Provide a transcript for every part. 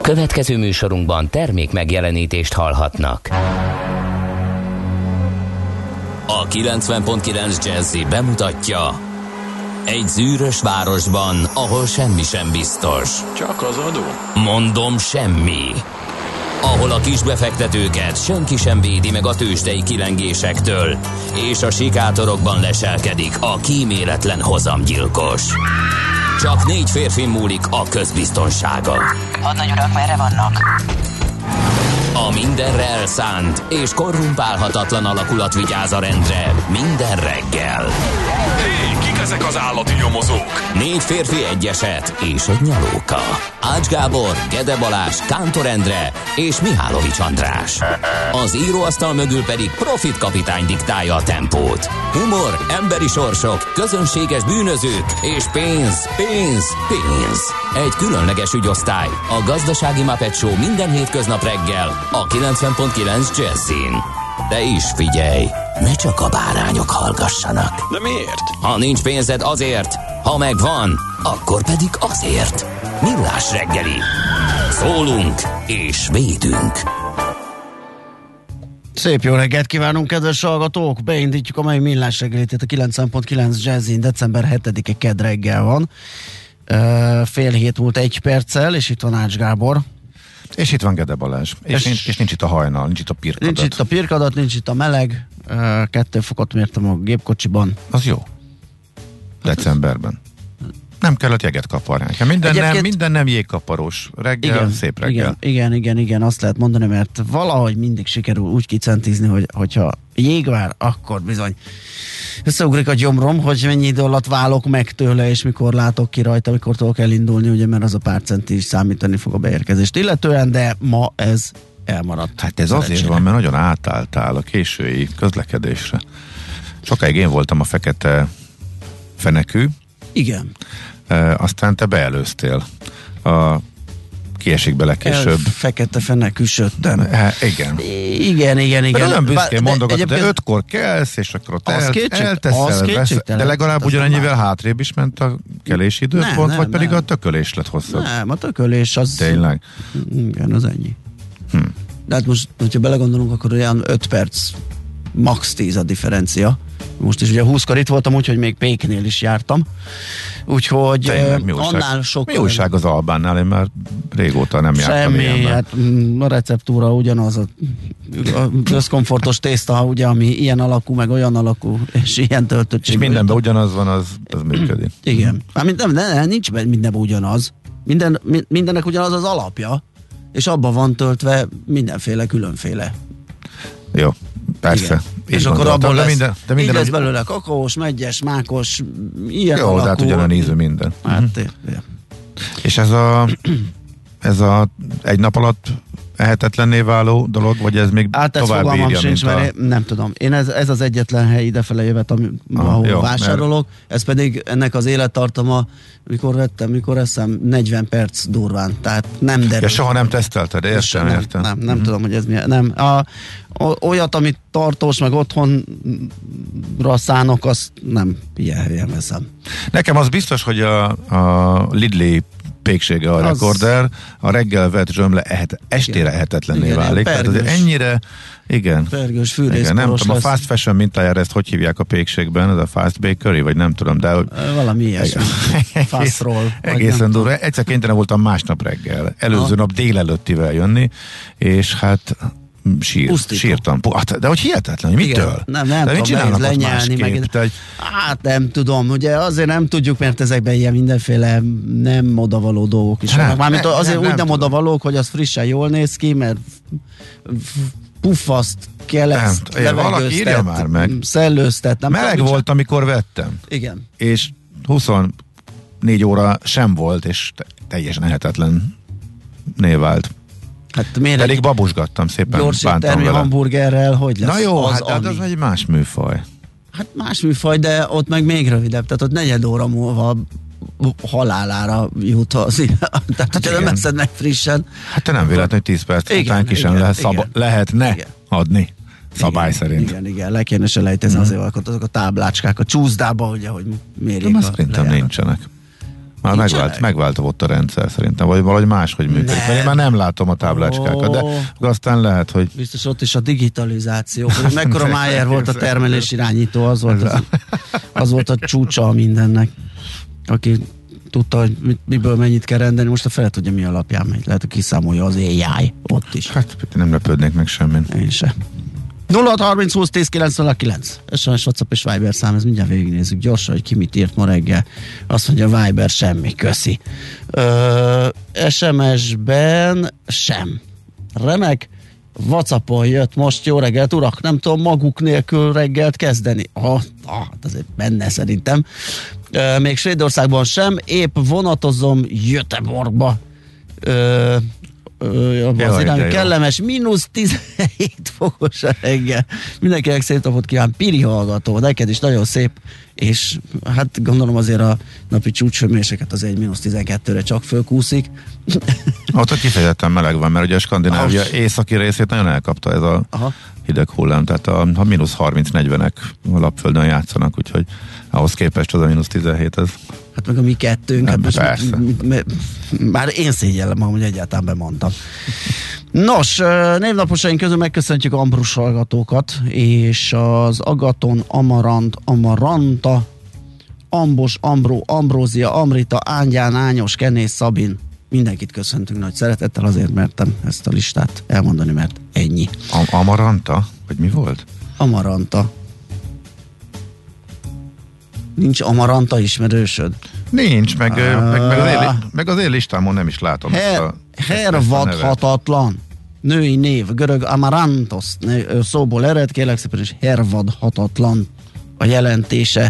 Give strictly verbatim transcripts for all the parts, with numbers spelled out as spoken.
Következő műsorunkban termék megjelenítést hallhatnak. A kilencven pont kilenc Jazzy bemutatja: egy zűrös városban, ahol semmi sem biztos. Csak az adó? Mondom, semmi. Ahol a kisbefektetőket senki sem védi meg a tőzsdei kilengésektől, és a sikátorokban leselkedik a kíméletlen hozamgyilkos. Csak négy férfin múlik a közbiztonsága. Hadnagy urak, merre vannak? A mindenre elszánt és korrumpálhatatlan alakulat vigyáz a rendre minden reggel. Hé, kik ezek az állati nyomozók? Négy férfi, egy eset és egy nyalóka. Ács Gábor, Gede Balázs, Kántor Endre és Mihálovics András. Az íróasztal mögül pedig Profit kapitány diktálja a tempót. Humor, emberi sorsok, közönséges bűnözők és pénz, pénz, pénz. Egy különleges ügyosztály, a Gazdasági Muppet Show minden hétköznap reggel a kilencven pont kilenc Jazzin. De is figyelj, ne csak a bárányok hallgassanak. De miért? Ha nincs pénzed, azért, ha megvan, akkor pedig azért. Millás reggeli. Szólunk és védünk. Szép jó reggelt kívánunk, kedves hallgatók! Beindítjuk a mai Millás reggelit, itt a kilencven pont kilenc Jazzin, december hetedike kedd reggel van. Fél hét múlt egy perccel, és itt van Ács Gábor. És itt van Gede Balázs. És, és, nincs, és nincs itt a hajnal, nincs itt a pirkadat. Nincs itt a pirkadat, nincs itt a meleg. Kettő fokot mértem a gépkocsiban. Az jó. Decemberben. Nem kellett jeget kaparni. Minden nem, minden nem jégkaparós. Reggel, igen, szép reggel. Igen, igen, igen, igen, azt lehet mondani, mert valahogy mindig sikerül úgy kicentizni, hogy, hogyha jég vár, akkor bizony összeugrik a gyomrom, hogy mennyi idő alatt válok meg tőle, és mikor látok ki rajta, mikor tudok elindulni, ugye, mert az a pár centi is számítani fog a beérkezést illetően, de ma ez elmaradt. Hát ez azért van, mert nagyon átálltál a késői közlekedésre. Sokáig én voltam a fekete fenekű. Igen. E, aztán te beelőztél. A kiesik bele később. El fekete fenekű söttem. E, igen. Igen, igen, igen. Olyan büszkén mondogatod, de, de ötkor kelsz, és akkor ott el, elteszel, vesz, de legalább ugyanannyivel hátrébb is ment a kelési időpont, nem, vagy nem, pedig nem. A tökölés lett hosszabb. Nem, a tökölés az... Tényleg? Igen, az ennyi. Hm. De hát most, hogyha belegondolunk, akkor olyan öt perc, max tíz a differencia. Most is ugye húszkor itt voltam, úgyhogy még Péknél is jártam. Úgyhogy Tényleg, mi újság, annál sokkal... Mi újság az Albánnál? Én már régóta nem jártam Semmi, ilyenben. hát a receptúra ugyanaz, a, a közkomfortos tészta, ugye, ami ilyen alakú, meg olyan alakú, és ilyen töltöttség. És mindenben ugyanaz van, az, az működik. Igen. Mármint nem, nem, nincs mindenben ugyanaz. Minden, mindennek ugyanaz az alapja, és abban van töltve mindenféle, különféle. Jó, persze. És akkor abból lesz, minden, de minden így lesz úgy... belőle kakaós, meggyes, mákos, ilyen jó, alakú. de hát ugyanolyan ízű minden. Hát, uh-huh. ja. És ez a, ez a egy nap alatt ehetetlenné váló dolog, vagy ez még hát tovább bírja, mint sincs, a... mert én nem tudom. Én ez, ez az egyetlen hely idefele jövet, ami, ah, ahol jó, vásárolok. Mert... Ez pedig ennek az élettartama, mikor vettem, mikor eszem, negyven perc durván. Tehát nem derül. Ja, soha nem tesztelted, értem, nem, értem. Nem, nem uh-huh. tudom, hogy ez milyen. Nem. A, olyat, amit tartós, meg otthonra szánok, azt nem ilyen helyen veszem. Nekem az biztos, hogy a, a Lidli péksége a az... rekorder, a reggel vett zsömle ehet, estére ehetetlenné válik. Tehát azért ennyire, igen. Pergős fűrészkoros igen, nem tudom, lesz. a fast fashion mintájára ezt hogy hívják a pékségben, ez a fast bakery, vagy nem tudom, de... Valami ilyesmi. Fast roll. Egészen durva. Egyszer kénytelen voltam másnap reggel, előző ha. nap délelőttivel jönni, és hát sír, sírtam. De hogy hihetetlen, hogy mitől? Igen, nem, nem de mit tudom lenyelni. Meg, hogy... Hát nem tudom, ugye azért nem tudjuk, mert ezekben ilyen mindenféle nem odavaló dolgok is vannak. Mármint ne, azért nem, úgy nem, nem odavalók, hogy az frissen jól néz ki, mert puffaszt, keleszt, levegőztet, már meg. szellőztet. Nem meleg tudom, volt, amikor vettem. Igen. És huszonnégy óra sem volt, és teljesen ehetetlenné vált. Hát miért pedig babusgattam szépen, gyors bántam éttermi vele. hamburgerrel, hogy lesz? Na jó, az, hát, hát az egy más műfaj. Hát más műfaj, de ott meg még rövidebb, tehát ott negyed óra múlva halálára jut az. Tehát, hát hogyha nem eszed meg frissen. Hát te nem véletlen, hogy tíz perc igen, után ki sem lehet szab- lehetne igen. adni. Szabály igen, szerint. Igen, igen, le kéne selejtezni mm. azért, akkor azok a táblácskák a csúszdába, ugye, hogy mérjék. De azt szerintem nincsenek. Már megvált, megváltozott a rendszer szerintem, vagy valahogy máshogy működik. Mert én már nem látom a táblácskákat, de aztán lehet, hogy... Biztos ott is a digitalizáció. Mekkora Mayer volt a termelésirányító, az volt, az, az volt a csúcsa mindennek. Aki tudta, hogy miből mennyit kell rendelni, most a fele tudja, mi alapján megy. Lehet, hogy kiszámolja az á i ott is. Hát nem lepődnék meg semmin. Én se. nulla hat harminc húsz tíz kilenc nulla kilenc es em es, WhatsApp és Viber szám, ez mindjárt végignézzük gyorsan, hogy ki mit írt ma reggel. Azt mondja, Viber semmi, köszi. Ö, es em es-ben sem. Remek. WhatsAppon jött most, jó reggelt, urak, nem tudom maguk nélkül reggelt kezdeni. Ah, ah azért benne szerintem. Ö, még Svédországban sem, épp vonatozom Göteborgba. Ö, Ö, az irány kellemes, mínusz tizenhét fokos a reggel. Mindenkinek szép napot kíván, Piri hallgató, neked is nagyon szép, és hát gondolom azért a napi csúcshőmérséklet az egy mínusz tizenkettőre csak fölkúszik. Ott kifejezetten meleg van, mert ugye a Skandinávia ah. északi részét nagyon elkapta ez a Aha. hideg hullám, tehát a, a mínusz harminc-negyvenek a lapföldön játszanak, úgyhogy ahhoz képest az a mínusz tizenhét ez. Hát meg a mi kettőnk, hát most, m- m- már én szégyellem, ahogy egyáltalán bemondtam. Nos, névnaposaink közül megköszöntjük Ambrus hallgatókat, és az Agaton, Amarant, Amaranta, Ambos, Ambró, Ambrózia, Amrita, Ángyán, Ányos, Kenés, Szabin. Mindenkit köszöntünk nagy szeretettel, azért mertem ezt a listát elmondani, mert ennyi. Am- Amaranta? Vagy mi volt? Amaranta. Nincs Amaranta ismerősöd? Nincs, meg, uh, meg, meg, az én, meg az én listámon nem is látom. Her, a, hervadhatatlan női név, görög Amarantos szóból ered, kérlek szépen, és hervadhatatlan a jelentése,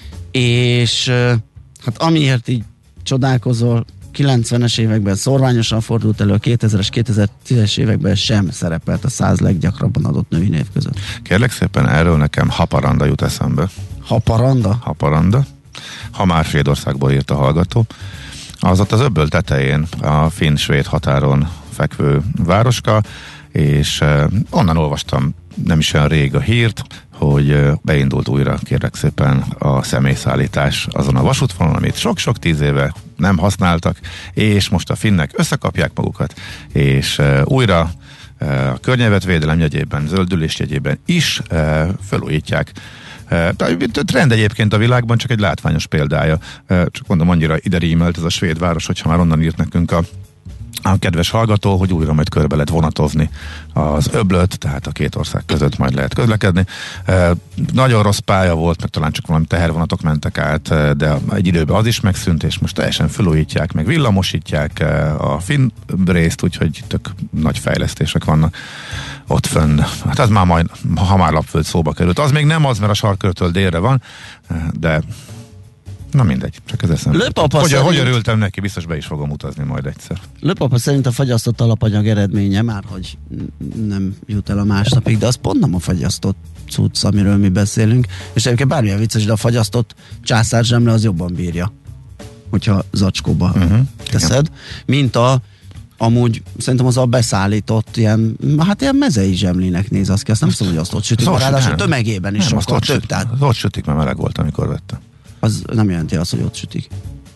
és hát amiért így csodálkozol, kilencvenes években szorványosan fordult elő, a kétezres, kétezer-tízes években sem szerepelt a száz leggyakrabban adott női név között. Kérlek szépen, erről nekem Haparanda jut eszembe. Haparanda? Haparanda. Ha már Svédországból írt a hallgató. Az ott az öböl tetején, a finn-svéd határon fekvő városka, és onnan olvastam nem is olyan rég a hírt, hogy beindult újra, kérlek szépen, a személyszállítás azon a vasútvonalon, amit sok-sok tíz éve nem használtak, és most a finnek összekapják magukat, és újra a környezetvédelem jegyében, zöldülés jegyében is felújítják. A trend egyébként a világban, csak egy látványos példája. Csak mondom, annyira ide rímelt ez a svéd város, hogyha már onnan írt nekünk a a kedves hallgató, hogy újra majd körbe lehet vonatozni az öblöt, tehát a két ország között majd lehet közlekedni. E, nagyon rossz pálya volt, meg talán csak valami tehervonatok mentek át, de egy időben az is megszűnt, és most teljesen felújítják, meg villamosítják a finn részt, úgyhogy tök nagy fejlesztések vannak ott fönn. Hát az már majd, ha már Lapföld szóba került. Az még nem az, mert a sarkkörtől délre van, de na mindegy, csak ez eszembe. Hogy, szerint... hogy örültem neki, biztos be is fogom utazni majd egyszer. Lőpapa szerint a fagyasztott alapanyag eredménye már, hogy nem jut el a másnapig, de az pont nem a fagyasztott cucc, amiről mi beszélünk, és egyébként bármilyen vicces, de a fagyasztott császárzsemle az jobban bírja, hogyha zacskóba uh-huh. teszed, igen. Mint a amúgy szerintem az a beszállított ilyen, hát ilyen mezei zsemlének néz az ki, azt nem tudom, hogy azt ott sütik, az ráadásul tömegében is nem, sokkal több. Tehát... Ott sütik, mert meleg volt, amikor vettem. Az nem jelenti azt, hogy ott sütik.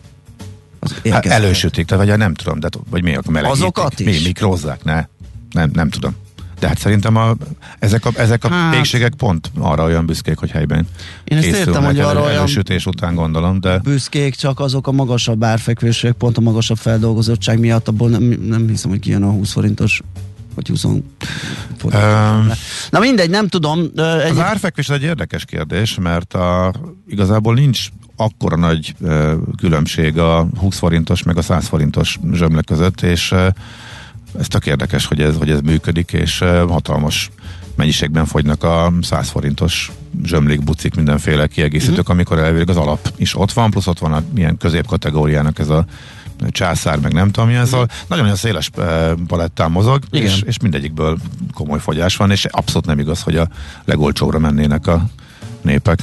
Hát elősütik, tehát vagy nem tudom, de vagy mi, akkor melegítik. Azokat is? Mi, mikrózzák, ne? Nem, nem tudom. De hát szerintem a, ezek a, ezek a hát, pékségek pont arra olyan büszkék, hogy helyben én ezt értem, hogy arra olyan elősütés után gondolom, de... büszkék, csak azok a magasabb árfekvések, pont a magasabb feldolgozottság miatt, abból nem, nem hiszem, hogy kijön a húsz forintos vagy húsz forintos. Um, Na mindegy, nem tudom. Az egy... árfekvés egy érdekes kérdés, mert a, igazából nincs akkora nagy uh, különbség a húsz forintos meg a száz forintos zsömle között, és uh, ez tök érdekes, hogy ez, hogy ez működik, és uh, hatalmas mennyiségben fogynak a száz forintos zsömlik, bucik, mindenféle kiegészítők, uh-huh. amikor elvileg az alap is ott van, plusz ott van a milyen középkategóriának ez a császár, meg nem tudom milyen, szóval nagyon-nagyon széles palettán mozog, és, és mindegyikből komoly fogyás van, és abszolút nem igaz, hogy a legolcsóbbra mennének a népek.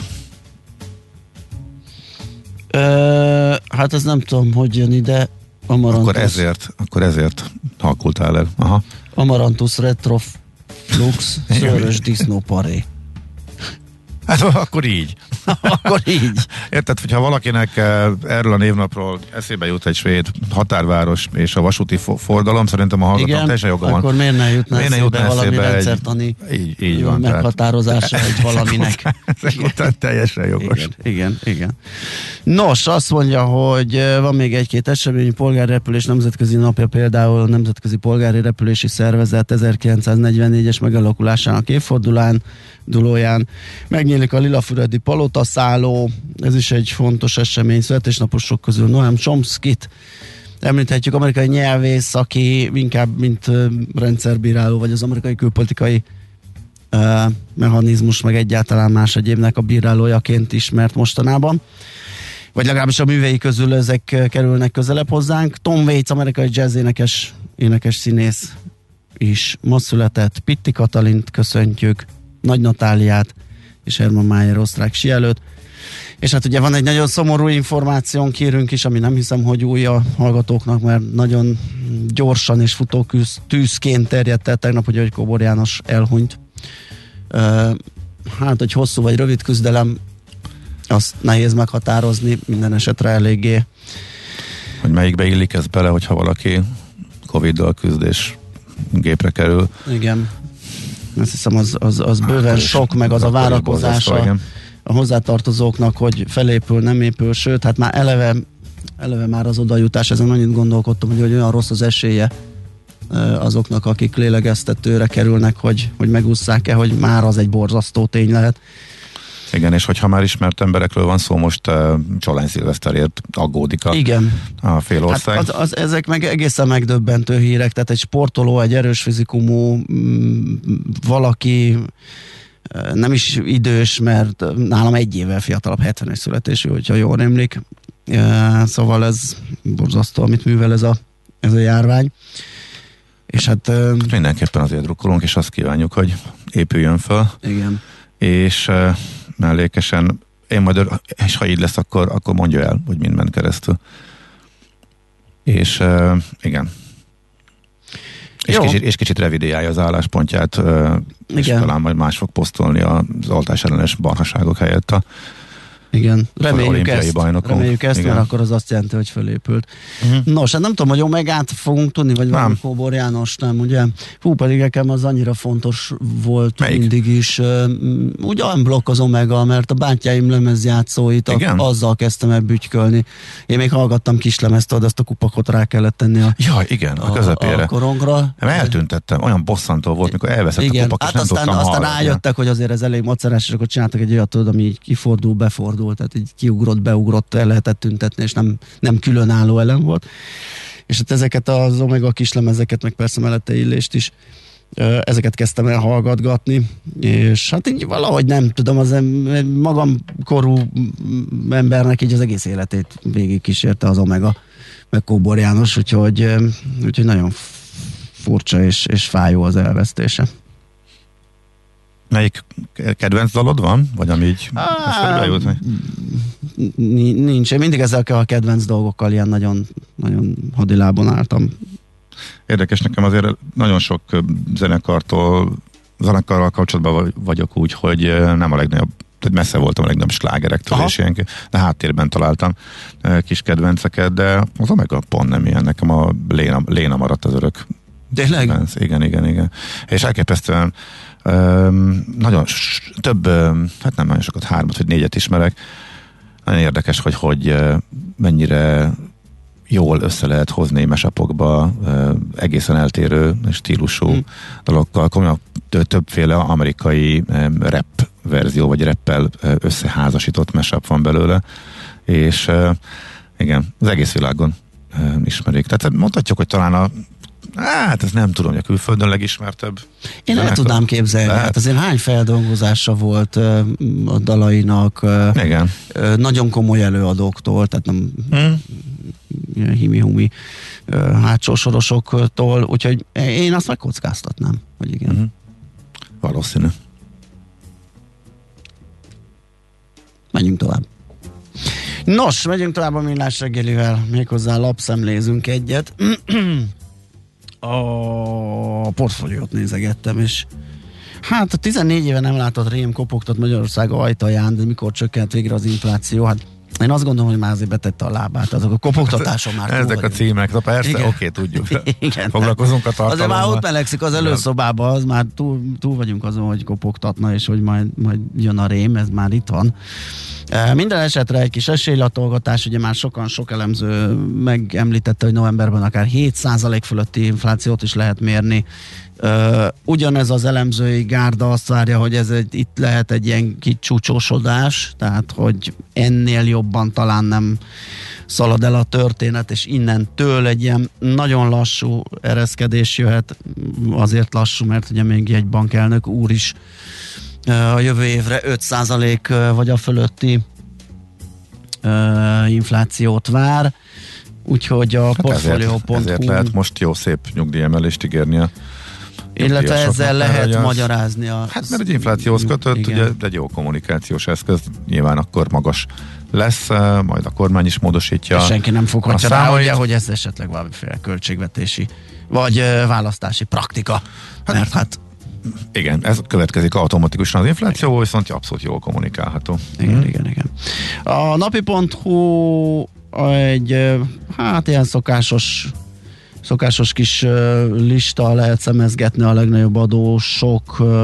Ö, hát ez nem tudom, hogy jön ide. Amarantus. Akkor ezért, akkor ezért halkultál el. Aha. Amarantus Retroflux Szörös Disznóparé. Hát akkor így. akkor így. Érted, hogyha valakinek erről a névnapról eszébe jut egy svéd határváros és a vasúti fordalom, szerintem a hallgatók teljesen joga van. Akkor miért ne jutna miért eszébe valami rendszertani így, így van, meghatározása egy valaminek. Ezek után teljesen jogos. Igen, igen, igen. Nos, azt mondja, hogy van még egy-két esemény, polgári repülés nemzetközi napja, például a Nemzetközi Polgári Repülési Szervezet ezerkilencszáznegyvennégyes megalakulásának évfordulán, dulóján. Megnyílik a Lilafüredi palotaszálló, ez is egy fontos esemény, születésnaposok közül Noam Chomskyt említhetjük, amerikai nyelvész, aki inkább mint uh, rendszerbíráló, vagy az amerikai külpolitikai uh, mechanizmus, meg egyáltalán más egyébnek a bírálójaként ismert mostanában. Vagy legalábbis a művei közül ezek kerülnek közelebb hozzánk. Tom Waits, amerikai jazz énekes, énekes színész is ma született. Pitti Katalint köszöntjük, Nagy Natáliát és Hermann Mayer osztrák síelőt. És hát ugye van egy nagyon szomorú információnk, hírünk is, ami nem hiszem, hogy új a hallgatóknak, mert nagyon gyorsan és futótűzként terjedt el tegnap, hogy György Kóbor János elhunyt. Hát, hogy hosszú vagy rövid küzdelem, azt nehéz meghatározni, minden esetre eléggé. Hogy melyikbe illik ez bele, hogyha valaki Covid-dal küzd és gépre kerül. Igen. Azt hiszem, az, az, az bőven sok, meg az a várakozása a hozzátartozóknak, hogy felépül, nem épül, sőt, hát már eleve, eleve már az odajutás, ezen annyit gondolkodtam, hogy, hogy olyan rossz az esélye azoknak, akik lélegeztetőre kerülnek, hogy, hogy megússzák-e, hogy már az egy borzasztó tény lehet. Igen, és hogyha már ismert emberekről van szó, most uh, Csolány Szilveszterért aggódik a, Igen. a fél ország. Hát az, az, ezek meg egészen megdöbbentő hírek, tehát egy sportoló, egy erős fizikumú m- valaki nem is idős, mert nálam egy évvel fiatalabb, hetvenes születésű, hogyha jól emlék. Szóval ez borzasztó, amit művel ez a, ez a járvány. És hát... Mindenképpen azért drukkolunk, és azt kívánjuk, hogy épüljön fel. Igen. És uh, mellékesen, én majd, és ha így lesz, akkor, akkor mondja el, hogy mind ment keresztül. És uh, igen. És kicsit, és kicsit revidiálja az álláspontját, uh, és talán majd más fog posztolni az oltás ellenes barhaságok helyett a Igen, reméljük ezt, bajnokunk. reméljük ezt, mert akkor az azt jelenti, hogy fölépült. Uh-huh. Nos, hát nem tudom, hogy Omegát fogunk tudni, vagy valami Kóbor János, nem, ugye? Hú, pedig nekem az annyira fontos volt Melyik? mindig is. Uh, úgy unblock az Omega, mert a bátyáim lemezjátszóit a, azzal kezdtem el bütykölni. Én még hallgattam kislemezt, de azt a kupakot rá kellett tenni a, ja, igen, a, a közepére. A korongra. Eltűntettem, olyan bosszantó volt, mikor elveszett igen, a kupak, hát és nem aztán, tudtam aztán hallani. rájöttek, hogy azért ez elég macerás, és akkor csináltak egy olyat, tudod, ami így kifordul, befordul, tehát így kiugrott, beugrott, el lehetett tüntetni, és nem, nem különálló elem volt. És hát ezeket az Omega kislemezeket, meg persze mellette illést is, ezeket kezdtem el hallgatgatni, és hát így valahogy nem tudom, az magam korú embernek így az egész életét végig kísérte az Omega, meg Kóbor János, úgyhogy, úgyhogy nagyon furcsa és, és fájó az elvesztése. Melyik kedvenc dalod van? Vagy ami így eszedbe jut? Nincs. Én mindig ezekkel a kedvenc dolgokkal ilyen nagyon, nagyon hadilábon álltam. Érdekes, nekem azért nagyon sok zenekartól, zenekarral kapcsolatban vagyok úgy, hogy nem a legnagyobb, tehát messze voltam a legnagyobb slágerektől, Aha. és ilyen, de háttérben találtam kis kedvenceket, de az Omega pont nem ilyen, nekem a Léna, Léna maradt az örök. Tényleg? Kedvenc. Igen, igen, igen. És elképesztően Um, nagyon s- több, um, hát nem nagyon sokat, hármat vagy négyet ismerek. Nagyon érdekes, hogy, hogy uh, mennyire jól össze lehet hozni mesapokba uh, egészen eltérő stílusú hmm. dalokkal. Komolyan többféle amerikai um, rap verzió, vagy rappel uh, összeházasított mesap van belőle, és uh, igen, az egész világon uh, ismerik. Tehát mondhatjuk, hogy talán a hát ez nem tudom, hogy a külföldön legismertebb. Én el tudnám képzelni. Lehet. Hát azért hány feldolgozása volt uh, a dalainak. Uh, Igen. Uh, nagyon komoly előadóktól, tehát nem hmm. himi-humi uh, hátsó sorosoktól, úgyhogy én azt megkockáztatnám, hogy igen. Hmm. Valószínű. Menjünk tovább. Nos, megyünk tovább a Millás reggelivel, méghozzá lapszemlézünk egyet. A portfóliót nézegettem, és Hát a tizennégy éve nem látott rém kopogtat Magyarország ajtaján, de mikor csökkent végre az infláció? Hát én azt gondolom, hogy már azért betette a lábát, azok a kopogtatáson már ezek a címek, na persze, oké, okay, tudjuk. Igen, foglalkozunk a tartalommal. Azért már ott melegszik az előszobába, az már túl, túl vagyunk azon, hogy kopogtatna, és hogy majd, majd jön a rém, ez már itt van. Minden esetre egy kis esélylatolgatás, ugye már sokan, sok elemző megemlítette, hogy novemberben akár hét százalék fölötti inflációt is lehet mérni. Uh, ugyanez az elemzői gárda azt várja, hogy ez egy, itt lehet egy ilyen kicsúcsosodás, tehát hogy ennél jobban talán nem szalad el a történet, és innentől egy ilyen nagyon lassú ereszkedés jöhet, azért lassú, mert ugye még egy bankelnök úr is uh, a jövő évre öt százalék uh, vagy a fölötti uh, inflációt vár, úgyhogy a hát portfolio pont hu ezért, ezért lehet most jó szép nyugdíjemelést ígérni a illetve ezzel lehet az, magyarázni a... Hát mert egy inflációhoz kötött, igen. Ugye egy jó kommunikációs eszköz, nyilván akkor magas lesz, majd a kormány is módosítja. És senki nem foghatja rá, ugye, hogy ez esetleg valamiféle költségvetési vagy uh, választási praktika. Hát, mert hát... Igen, ez következik automatikusan az infláció, viszont abszolút jól kommunikálható. Igen, hmm. igen, igen. A napi pont hu egy hát ilyen szokásos szokásos kis uh, lista, lehet szemezgetni a legnagyobb adósok uh,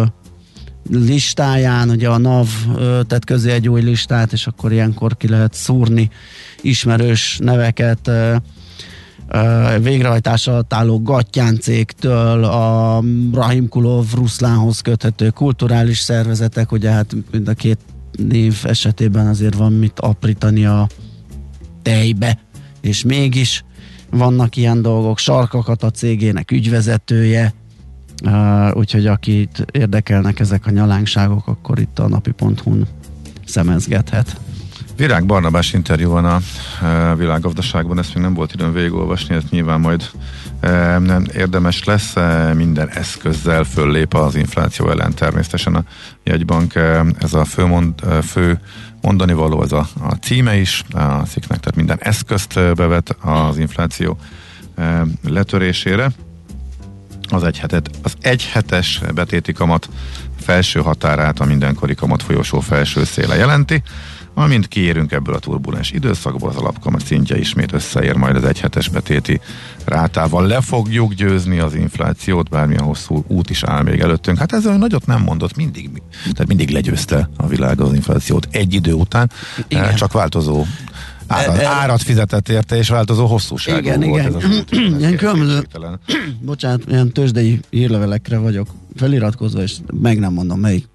listáján, ugye a NAV uh, tett közé egy új listát, és akkor ilyenkor ki lehet szúrni ismerős neveket, uh, uh, végrehajtása alatt álló Gattyán cégtől a Rahim Kulov Ruszlánhoz köthető kulturális szervezetek, ugye hát mind a két név esetében azért van mit aprítani a tejbe, és mégis vannak ilyen dolgok, Sarkakat a cégének ügyvezetője, uh, úgyhogy akit érdekelnek ezek a nyalánkságok, akkor itt a napi pont hu-n szemezgethet. Virág Barnabás interjú van a uh, Világgazdaságban, ezt még nem volt időm végigolvasni, ez nyilván majd uh, nem érdemes lesz, uh, minden eszközzel föllép az infláció ellen, természetesen a jegybank, uh, ez a fő, mond, uh, fő mondani való, ez a, a címe is a cikknek, tehát minden eszközt bevet az infláció uh, letörésére. Az egy, hetet, az egy hetes betéti kamat felső határát a mindenkori kamat folyosó felső széle jelenti. Amint kiérünk ebből a turbulens időszakból, az alapkamat szintje ismét összeér majd az egyhetes betéti rátával. Le fogjuk győzni az inflációt, bármilyen hosszú út is áll még előttünk. Hát ezzel nagyot nem mondott, mindig, tehát mindig legyőzte a világ az inflációt egy idő után, igen. Csak változó árat, árat fizetett érte, és változó hosszúságú igen, volt igen. ez az út. Ilyen különböző, bocsánat, ilyen tőzsdei hírlevelekre vagyok feliratkozva, és meg nem mondom melyik.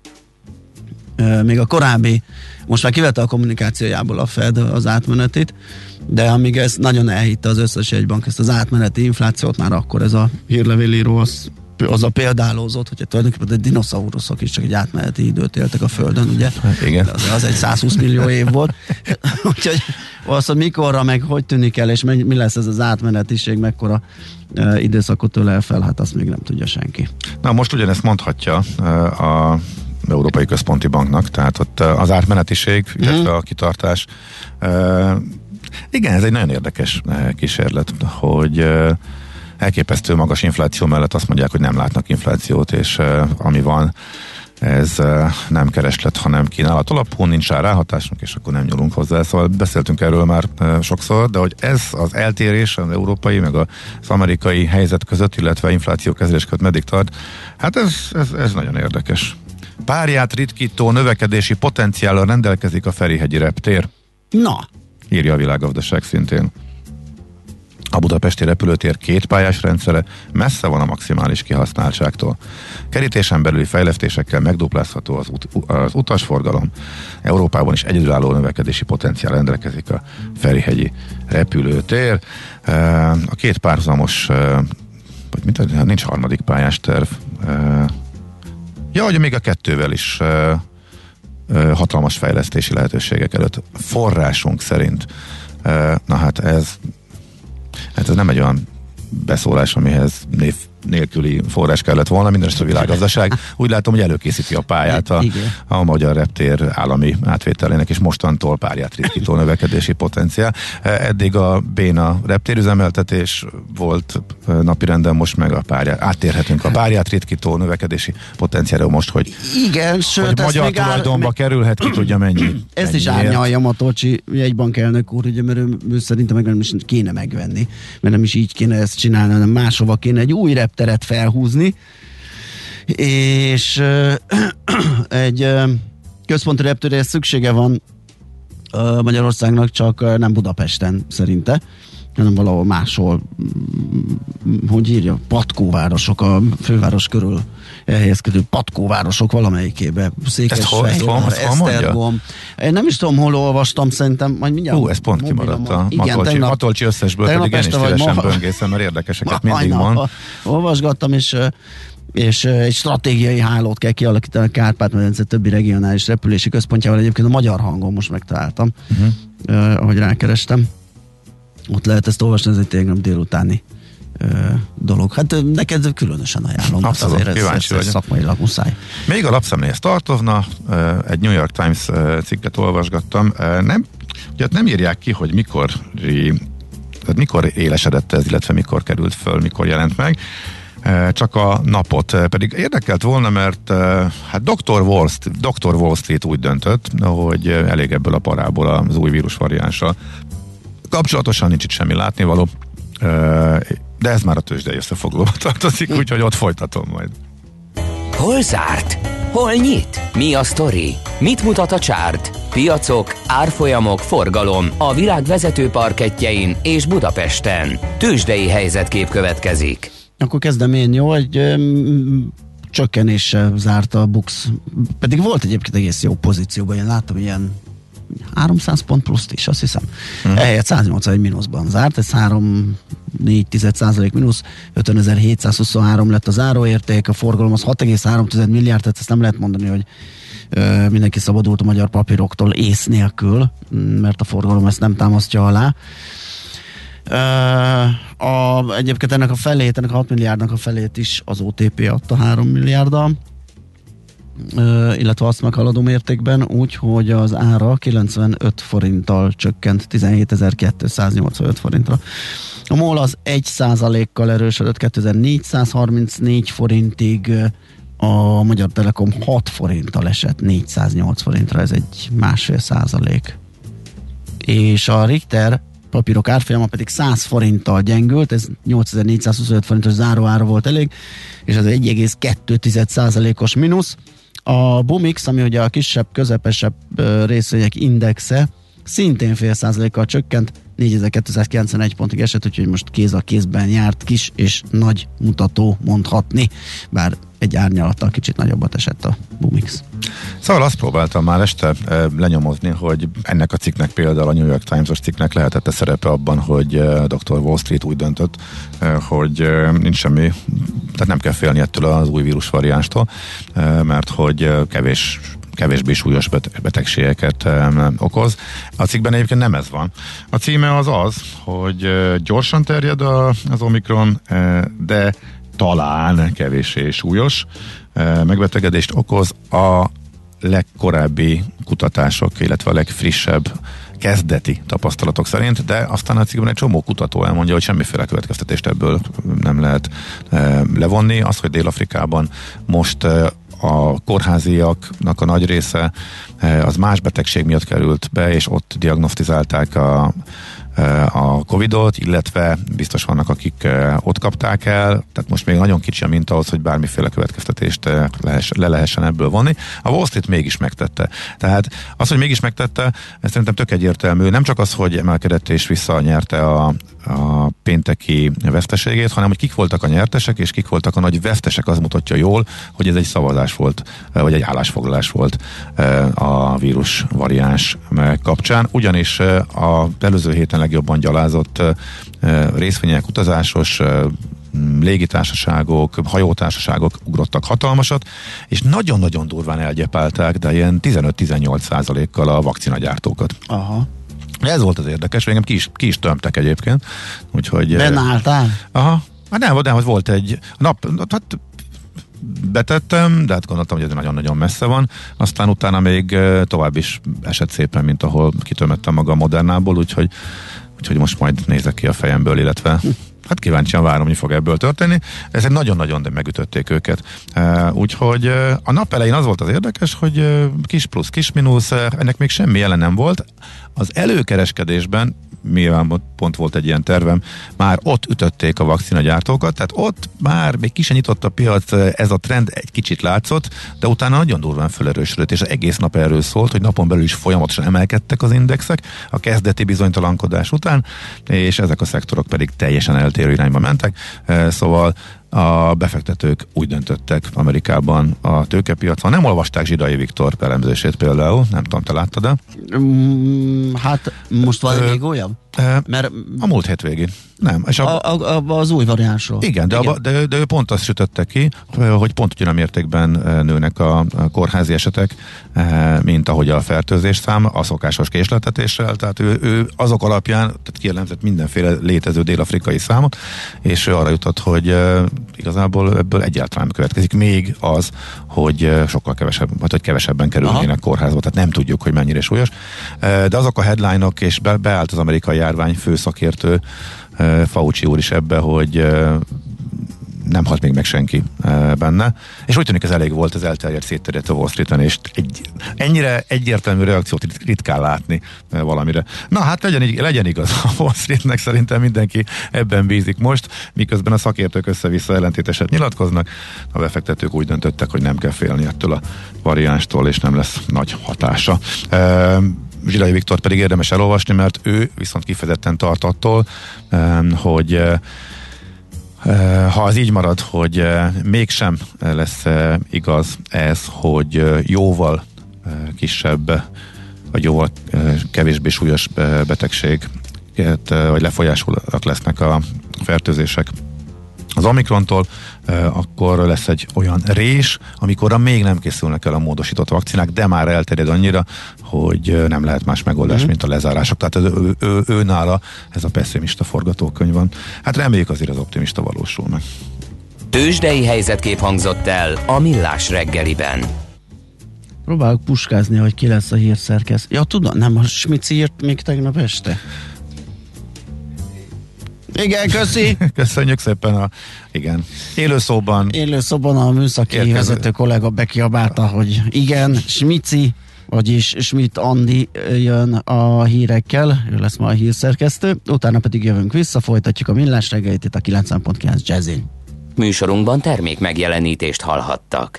Még a korábbi, most már kivette a kommunikációjából a Fed az átmenetit, de amíg ez nagyon elhitte az összes jegybank ezt az átmeneti inflációt, már akkor ez a hírlevélíró az, az a példálózott, hogy tulajdonképpen egy dinoszauruszok is csak egy átmeneti időt éltek a Földön, ugye? Igen. Az, az egy százhúsz millió év volt. Úgyhogy az, hogy mikorra, meg hogy tűnik el, és mi lesz ez az átmenetiség, mekkora uh, időszakot ölel fel, hát azt még nem tudja senki. Na most ugyanezt mondhatja uh, a Európai Központi Banknak, tehát ott az átmenetiség, illetve mm. a kitartás. Uh, igen, ez egy nagyon érdekes kísérlet, hogy uh, elképesztő magas infláció mellett azt mondják, hogy nem látnak inflációt, és uh, ami van, ez uh, nem kereslet, hanem kínálat alapú, nincs rá ráhatásunk, és akkor nem nyúlunk hozzá. Szóval beszéltünk erről már uh, sokszor, de hogy ez az eltérés az európai, meg az amerikai helyzet között, illetve inflációkezelés között meddig tart, hát ez, ez, ez nagyon érdekes. Párját ritkító növekedési potenciállal rendelkezik a Ferihegyi reptér. Na! Írja a Világgazdaság szintén. A budapesti repülőtér kétpályás rendszere messze van a maximális kihasználtságtól. Kerítésen belüli fejlesztésekkel megduplázható az, ut- az utasforgalom. Európában is egyedülálló növekedési potenciál rendelkezik a Ferihegyi repülőtér. A két párhuzamos, vagy mint, nincs harmadik pályás terv. Ja, hogy még a kettővel is uh, uh, hatalmas fejlesztési lehetőségek előtt. Forrásunk szerint. Uh, na hát ez, hát ez nem egy olyan beszólás, amihez név nélküli forrás kellett volna, mindenesetre a világgazdaság. Úgy látom, hogy előkészíti a pályát a, a Magyar Reptér állami átvételének, és mostantól párját ritkító növekedési potenciál. Eddig a béna reptérüzemeltetés volt napirenden, most meg a párját, áttérhetünk a párját ritkító növekedési potenciálra most, hogy, igen, sőt, hogy magyar tulajdonba áll... kerülhet, ki tudja mennyi. Ezt is árnyalja Matolcsi jegybankelnök úr, ugye, mert ő, ő szerintem meg nem is kéne megvenni, mert nem is így kéne ezt csinálni, hanem máshova kéne egy új repteret felhúzni, és uh, egy uh, központi reptérre szüksége van uh, Magyarországnak, csak uh, nem Budapesten szerinte, hanem valahol máshol, hogy írja, patkóvárosok, a főváros körül elhelyezkedő patkóvárosok valamelyikébe. Székesfehérvár, Esztergom. Én nem is tudom, hol olvastam, szerintem, majd mindjárt. Hú, ez pont kimaradt a Matolcsi, Matolcsi összesből, pedig én is szívesen ma, böngészem, mert érdekeseket ma, mindig van. Olvasgattam, és és egy stratégiai hálót kell kialakítani a Kárpát-medence többi regionális repülési központjával. Egyébként a Magyar Hangon most megtaláltam, uh-huh. uh, ahogy rákerestem. Ott lehet ezt olvasni, ez egy tényleg délutáni ö, dolog. Hát neked különösen ajánlom. Abszolút, hát kíváncsi vagyok. Szakmailag muszáj. Még a lapszemléhez tartozna, egy New York Times cikket olvasgattam. Nem, ugye nem írják ki, hogy mikor, tehát mikor élesedett ez, illetve mikor került föl, mikor jelent meg. Csak a napot. Pedig érdekelt volna, mert hát doktor Wall Street, doktor Wall Street úgy döntött, hogy elég ebből a parából az új vírus variánssal kapcsolatosan nincs itt semmi látnivaló, de ez már a tőzsdei összefoglalóba tartozik, úgyhogy ott folytatom majd. Hol zárt? Hol nyit? Mi a sztori? Mit mutat a csárt? Piacok, árfolyamok, forgalom a világ vezető parkettjein és Budapesten. Tőzsdei helyzetkép következik. Akkor kezdem én, jó? Egy öm, csökkenéssel zárta a Bux. Pedig volt egyébként egész jó pozícióban, én láttam ilyen háromszáz pont pluszt is, azt hiszem. Hmm. Ehelyett száznyolcvanegy mínuszban zárt, ez három egész négy százalék mínusz, ötvenezer-hétszázhuszonhárom lett a záróérték, a forgalom az hat egész három milliárd, tehát ezt nem lehet mondani, hogy ö, mindenki szabadult a magyar papíroktól ész nélkül, mert a forgalom ezt nem támasztja alá. Uh, a, egyébként ennek a felét, ennek a hat milliárdnak a felét is az o té pé adta három milliárddal, uh, illetve azt meghaladó mértékben, úgyhogy az ára kilencvenöt forinttal csökkent tizenhétezer-kétszáznyolcvanöt forintra. A MOL az egy százalékkal erősödött kétezer-négyszázharmincnégy forintig, a Magyar Telekom hat forinttal esett négyszáznyolc forintra, ez egy másfél százalék. És a Richter papírok árfolyama pedig száz forinttal gyengült, ez nyolcezer-négyszázhuszonöt forintos záróára volt elég, és ez egy egész kettő százalékos mínusz. A Bumix, ami ugye a kisebb, közepesebb részvények indexe, szintén fél százalékkal csökkent, négyezer-kétszázkilencvenegy pontig esett, úgyhogy most kéz a kézben járt, kis és nagy mutató mondhatni, bár egy árnyalattal kicsit nagyobbat esett a Bumix. Szóval azt próbáltam már este e, lenyomozni, hogy ennek a cikknek, például a New York Times-os cikknek lehetett szerepe abban, hogy e, doktor Wall Street úgy döntött, e, hogy e, nincs semmi, tehát nem kell félni ettől az új vírusvariánstól, e, mert hogy kevés kevésbé súlyos betegségeket um, okoz. A cikkben egyébként nem ez van. A címe az az, hogy uh, gyorsan terjed a, az Omikron, uh, de talán kevéssé súlyos uh, megbetegedést okoz. A legkorábbi kutatások, illetve a legfrissebb kezdeti tapasztalatok szerint, de aztán a cikkben egy csomó kutató elmondja, hogy semmiféle következtetést ebből nem lehet uh, levonni. Az, hogy Dél-Afrikában most uh, a kórháziaknak a nagy része az más betegség miatt került be, és ott diagnosztizálták a, a Covidot, illetve biztos vannak, akik ott kapták el, tehát most még nagyon kicsi a minta ahhoz, hogy bármiféle következtetést le lehessen ebből vonni. A Wall Street mégis megtette. Tehát az, hogy mégis megtette, ez szerintem tök egyértelmű. Nem csak az, hogy emelkedett és visszanyerte a, a pénteki veszteségét, hanem hogy kik voltak a nyertesek, és kik voltak a nagy vesztesek, az mutatja jól, hogy ez egy szavazás volt, vagy egy állásfoglalás volt a vírus variáns kapcsán. Ugyanis a előző héten legjobban gyalázott részvények, utazásos légitársaságok, hajótársaságok ugrottak hatalmasat, és nagyon-nagyon durván elgyepálták, de ilyen tizenöt-tizennyolc százalékkal a vakcinagyártókat. Aha. Ez volt az érdekes, engem ki is, ki is tömtek egyébként. Úgyhogy... Benn álltál? Aha. Hát nem, nem, volt egy nap, hát betettem, de hát gondoltam, hogy ez nagyon-nagyon messze van. Aztán utána még tovább is esett szépen, mint ahol kitömöttem maga a Modernából, úgyhogy, úgyhogy most majd nézek ki a fejemből, illetve hát kíváncsian várom, mi fog ebből történni. Ezek nagyon-nagyon megütötték őket. Úgyhogy a nap elején az volt az érdekes, hogy kis plusz, kis mínusz, ennek még semmi jelen nem volt. Az előkereskedésben nyilván pont volt egy ilyen tervem, már ott ütötték a vakcinagyártókat, tehát ott már még ki sem nyitott a piac, ez a trend egy kicsit látszott, de utána nagyon durván felerősödött, és az egész nap erről szólt, hogy napon belül is folyamatosan emelkedtek az indexek a kezdeti bizonytalankodás után, és ezek a szektorok pedig teljesen eltérő irányba mentek, szóval a befektetők úgy döntöttek Amerikában a tőkepiacon. Nem olvasták Zsidai Viktor elemzését például, nem tudom, te láttad-e? Mm, hát most van még olyan? Mert a múlt hétvégén. Nem. És a, a, a, az új variánsról. Igen, de, igen. A, de, de ő pont azt sütötte ki, hogy pont ugyan mértékben nőnek a kórházi esetek, mint ahogy a fertőzés szám, a szokásos késletetéssel, tehát ő, ő azok alapján, tehát kielemzett mindenféle létező dél-afrikai számot, és ő arra jutott, hogy igazából ebből egyáltalán következik még az, hogy sokkal kevesebb, vagy hogy kevesebben kerülnének Aha. kórházba, tehát nem tudjuk, hogy mennyire súlyos. De azok a headline-ok, és be, beállt az amerikai járvány főszakértő, Fauci úr is ebbe, hogy nem halt még meg senki benne, és úgy tűnik ez elég volt, az elterjedt szétterjedt a Wall Street-en, és egy, ennyire egyértelmű reakciót ritkán látni valamire. Na hát legyen, legyen igaz a Wall Streetnek, szerintem mindenki ebben bízik most, miközben a szakértők össze-vissza ellentéteset nyilatkoznak, a befektetők úgy döntöttek, hogy nem kell félni ettől a variánstól, és nem lesz nagy hatása. Zsidai Viktor pedig érdemes elolvasni, mert ő viszont kifejezetten tart attól, hogy ha az így marad, hogy mégsem lesz igaz ez, hogy jóval kisebb, vagy jóval kevésbé súlyos betegség, vagy lefolyásolak lesznek a fertőzések az Omikrontól, akkor lesz egy olyan rés, amikor még nem készülnek el a módosított vakcinák, de már elterjed annyira, hogy nem lehet más megoldás, mm-hmm. mint a lezárások. Tehát ő, ő, ő nála ez a pessimista forgatókönyv van. Hát reméljük azért az optimista valósul meg. Tőzsdei helyzetkép hangzott el a Millás reggeliben. Próbálok puskázni, hogy ki lesz a hírszerkesztő. Ja, tudom, nem, a Smici írt még tegnap este. Igen, köszi. Köszönjük szépen a, igen, élőszóban. Élőszóban a műszaki érkező. Vezető kollega bekiabálta, hogy igen, Smici, vagyis Schmidt Andi jön a hírekkel, ő lesz ma a hírszerkesztő, utána pedig jövünk vissza, folytatjuk a Millás reggelit itt a kilencven pont kilenc Jazzin. Műsorunkban termék megjelenítést hallhattak.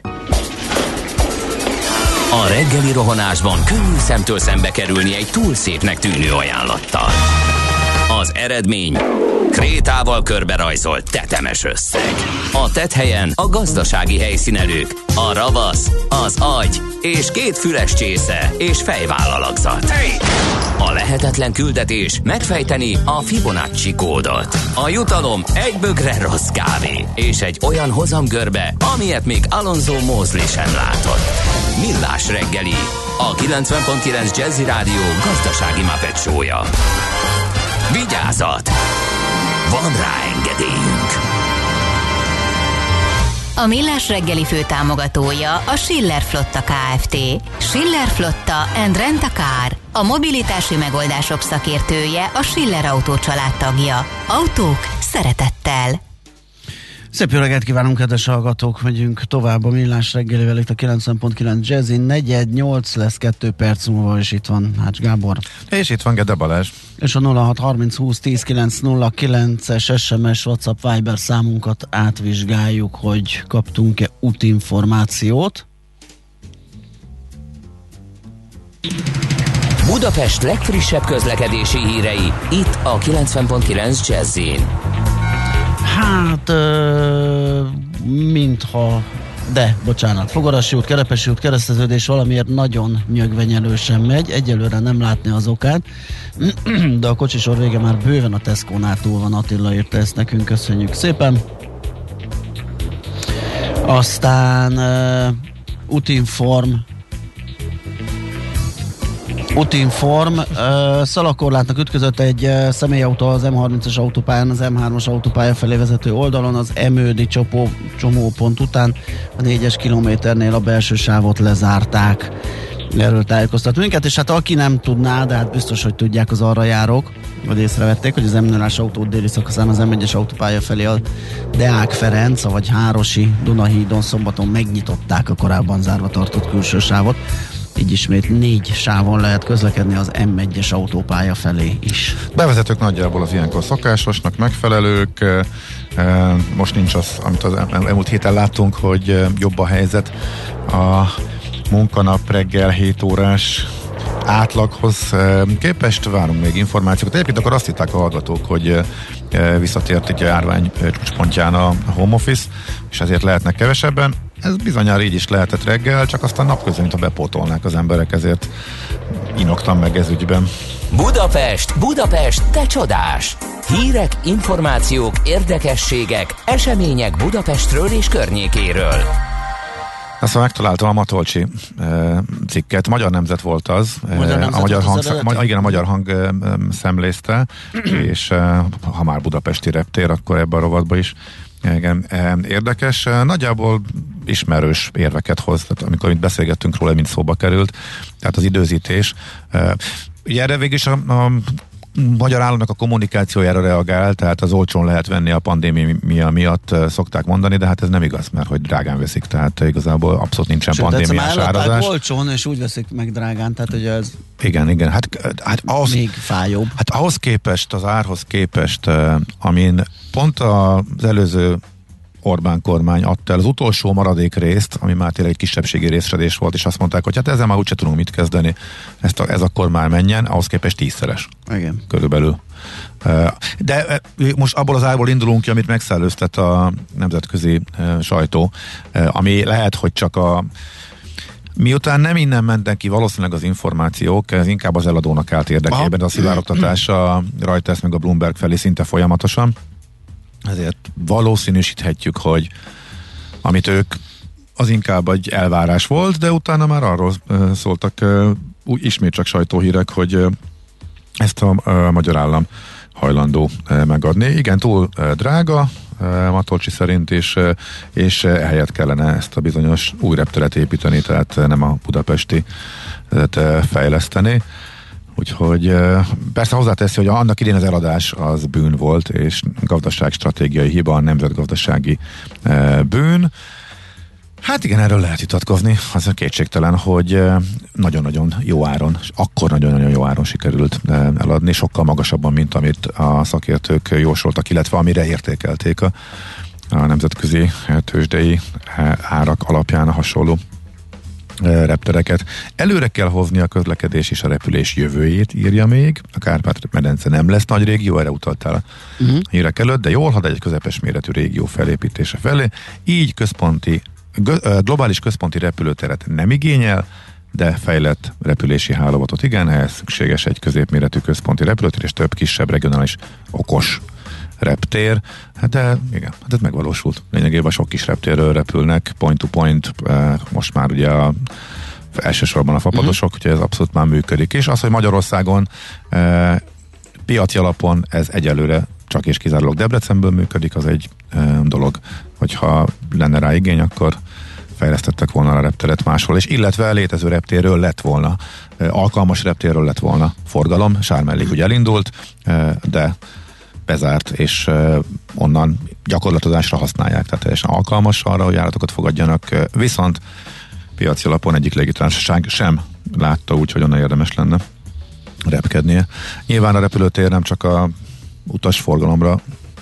A reggeli rohanásban könnyű szemtől szembe kerülni egy túl szépnek tűnő ajánlattal. Az eredmény krétával körberajzolt tetemes összeg. A tetthelyen a gazdasági helyszínelők, a ravasz, az agy és két füles csésze és fejvállalakzat. A lehetetlen küldetés megfejteni a Fibonacci kódot. A jutalom egy bögre rossz kávé és egy olyan hozamgörbe, amilyet még Alonso Mosley sem látott. Millás reggeli, a kilencven pont kilenc Jazzy Rádió gazdasági Muppet show-ja. Vigyázat! Van rá engedélyünk! A Millás reggeli főtámogatója a Schiller Flotta Kft. Schiller Flotta and Rent a Car. A mobilitási megoldások szakértője, a Schiller Autó család tagja. Autók szeretettel. Szép jó reggelt kívánunk, kedves hallgatók! Megyünk tovább a Millás reggelivel itt a kilencven pont kilenc Jazzin. negyed nyolc lesz kettő perc múlva, és itt van Ács Gábor. És itt van Gede Balázs. És a nulla hat harminc húsz tíz kilenc nulla kilences es em es, WhatsApp, Viber számunkat átvizsgáljuk, hogy kaptunk-e útinformációt. Budapest legfrissebb közlekedési hírei itt a kilencven pont kilenc Jazzin. Hát, ö, mintha, de, bocsánat, Fogarasi út, Kerepesi út, kereszteződés valamiért nagyon nyögvenyelősen megy, egyelőre nem látni az okát, de a kocsisor vége már bőven a Tesco-nál túl van, Attila írta ezt nekünk, köszönjük szépen. Aztán uh, útinform Utinform, uh, szalakorlátnak ütközött egy uh, személyautó az em harmincas autópályán, az em hármas autópálya felé vezető oldalon, az Emődi csomó, csomópont után a négyes kilométernél a belső sávot lezárták. Erről tájékoztat minket, és hát aki nem tudná, de hát biztos, hogy tudják az arra járók, vagy észrevették, hogy az em nullás autó déli szakaszán az em egyes autópálya felé a Deák Ferenc, vagy Hárosi Dunahídon szombaton megnyitották a korábban zárva tartott külső sávot. Így ismét négy sávon lehet közlekedni az em egyes autópálya felé is. Bevezetők nagyjából az ilyenkor szokásosnak megfelelők. Most nincs az, amit az elmúlt héten láttunk, hogy jobb a helyzet. A munkanap reggel hét órás átlaghoz képest várunk még információkat. Egyébként akkor azt hitták a hallgatók, hogy visszatért egy járvány csúcspontján a home office, és ezért lehetnek kevesebben. Ez bizonyára így is lehetett reggel, csak aztán napközben, mint ha bepótolnák az emberek, ezért inoktam meg ez ügyben. Budapest, Budapest, te csodás! Hírek, információk, érdekességek, események Budapestről és környékéről. Aztán megtaláltam a Matolcsi e, cikket, Magyar Nemzet volt az, Magyar e, a magyar hang, ma, igen, a Magyar Hang e, szemlézte, és e, ha már budapesti reptér, akkor ebben a rovatban is igen, e, érdekes. E, nagyjából ismerős érveket hoz, tehát amikor itt beszélgettünk róla, mint szóba került, tehát az időzítés. E, ugye erre végig is a, a magyar államnak a kommunikációjára reagál, tehát az olcsón lehet venni a pandémia miatt szokták mondani, de hát ez nem igaz, mert hogy drágán veszik, tehát igazából abszolút nincsen sőt, pandémiás árazás. Olcsón, és úgy veszik meg drágán, tehát ugye ez igen, igen, hát, hát ahhoz, még fájóbb. Hát ahhoz képest, az árhoz képest, amin pont az előző Orbán kormány adta el az utolsó maradék részt, ami már tényleg egy kisebbségi részedés volt, és azt mondták, hogy hát ezzel már úgyse tudunk mit kezdeni, ezt a, ez akkor már menjen, ahhoz képest tízszeres. Igen. Körülbelül. De most abból az árból indulunk ki, amit megszellőztet a nemzetközi sajtó, ami lehet, hogy csak a miután nem innen mentek ki valószínűleg az információk, ez inkább az eladónak állt érdekében, de a szivárogtatás a Reuters meg a Bloomberg felé szinte folyamatosan. Ezért valószínűsíthetjük, hogy amit ők, az inkább egy elvárás volt, de utána már arról uh, szóltak uh, úgy ismét csak sajtóhírek, hogy uh, ezt a uh, magyar állam hajlandó uh, megadni. Igen, túl uh, drága, uh, Matolcsi szerint is, uh, és uh, ehelyett kellene ezt a bizonyos új repteret építeni, tehát uh, nem a budapesti uh, fejleszteni. Úgyhogy persze hozzáteszi, hogy annak idén az eladás az bűn volt, és gazdaságstratégiai hiba, nemzetgazdasági bűn. Hát igen, erről lehet vitatkozni, az kétségtelen, hogy nagyon-nagyon jó áron, és akkor nagyon-nagyon jó áron sikerült eladni, sokkal magasabban, mint amit a szakértők jósoltak, illetve amire értékelték a, a nemzetközi tőzsdei árak alapján a hasonló reptereket. Előre kell hozni a közlekedés és a repülés jövőjét, írja még. A Kárpát-medence nem lesz nagy régió, erre utaltál a uh-huh. hírek előtt, de jól halad egy közepes méretű régió felépítése felé. Így központi, globális központi repülőteret nem igényel, de fejlett repülési hálózatot igen, ehhez szükséges egy középméretű központi repülőtér és több kisebb regionális okos reptér. Hát de igen, hát ez megvalósult. Lényegében sok kis reptérről repülnek, point to point, most már ugye a, elsősorban a fapadosok, uh-huh. úgyhogy ez abszolút már működik. És az, hogy Magyarországon eh, piaci alapon ez egyelőre csak és kizárólag Debrecenből működik, az egy eh, dolog, hogyha lenne rá igény, akkor fejlesztettek volna a repteret máshol, és illetve létező reptérről lett volna, eh, alkalmas reptérről lett volna forgalom, Sármellék ugye elindult, eh, de bezárt, és uh, onnan gyakorlatozásra használják, tehát teljesen alkalmas arra, hogy járatokat fogadjanak, uh, viszont piaci alapon egyik légitársaság sem látta úgy, hogy onnan érdemes lenne repkednie. Nyilván a repülőtér nem csak a utasforgalomra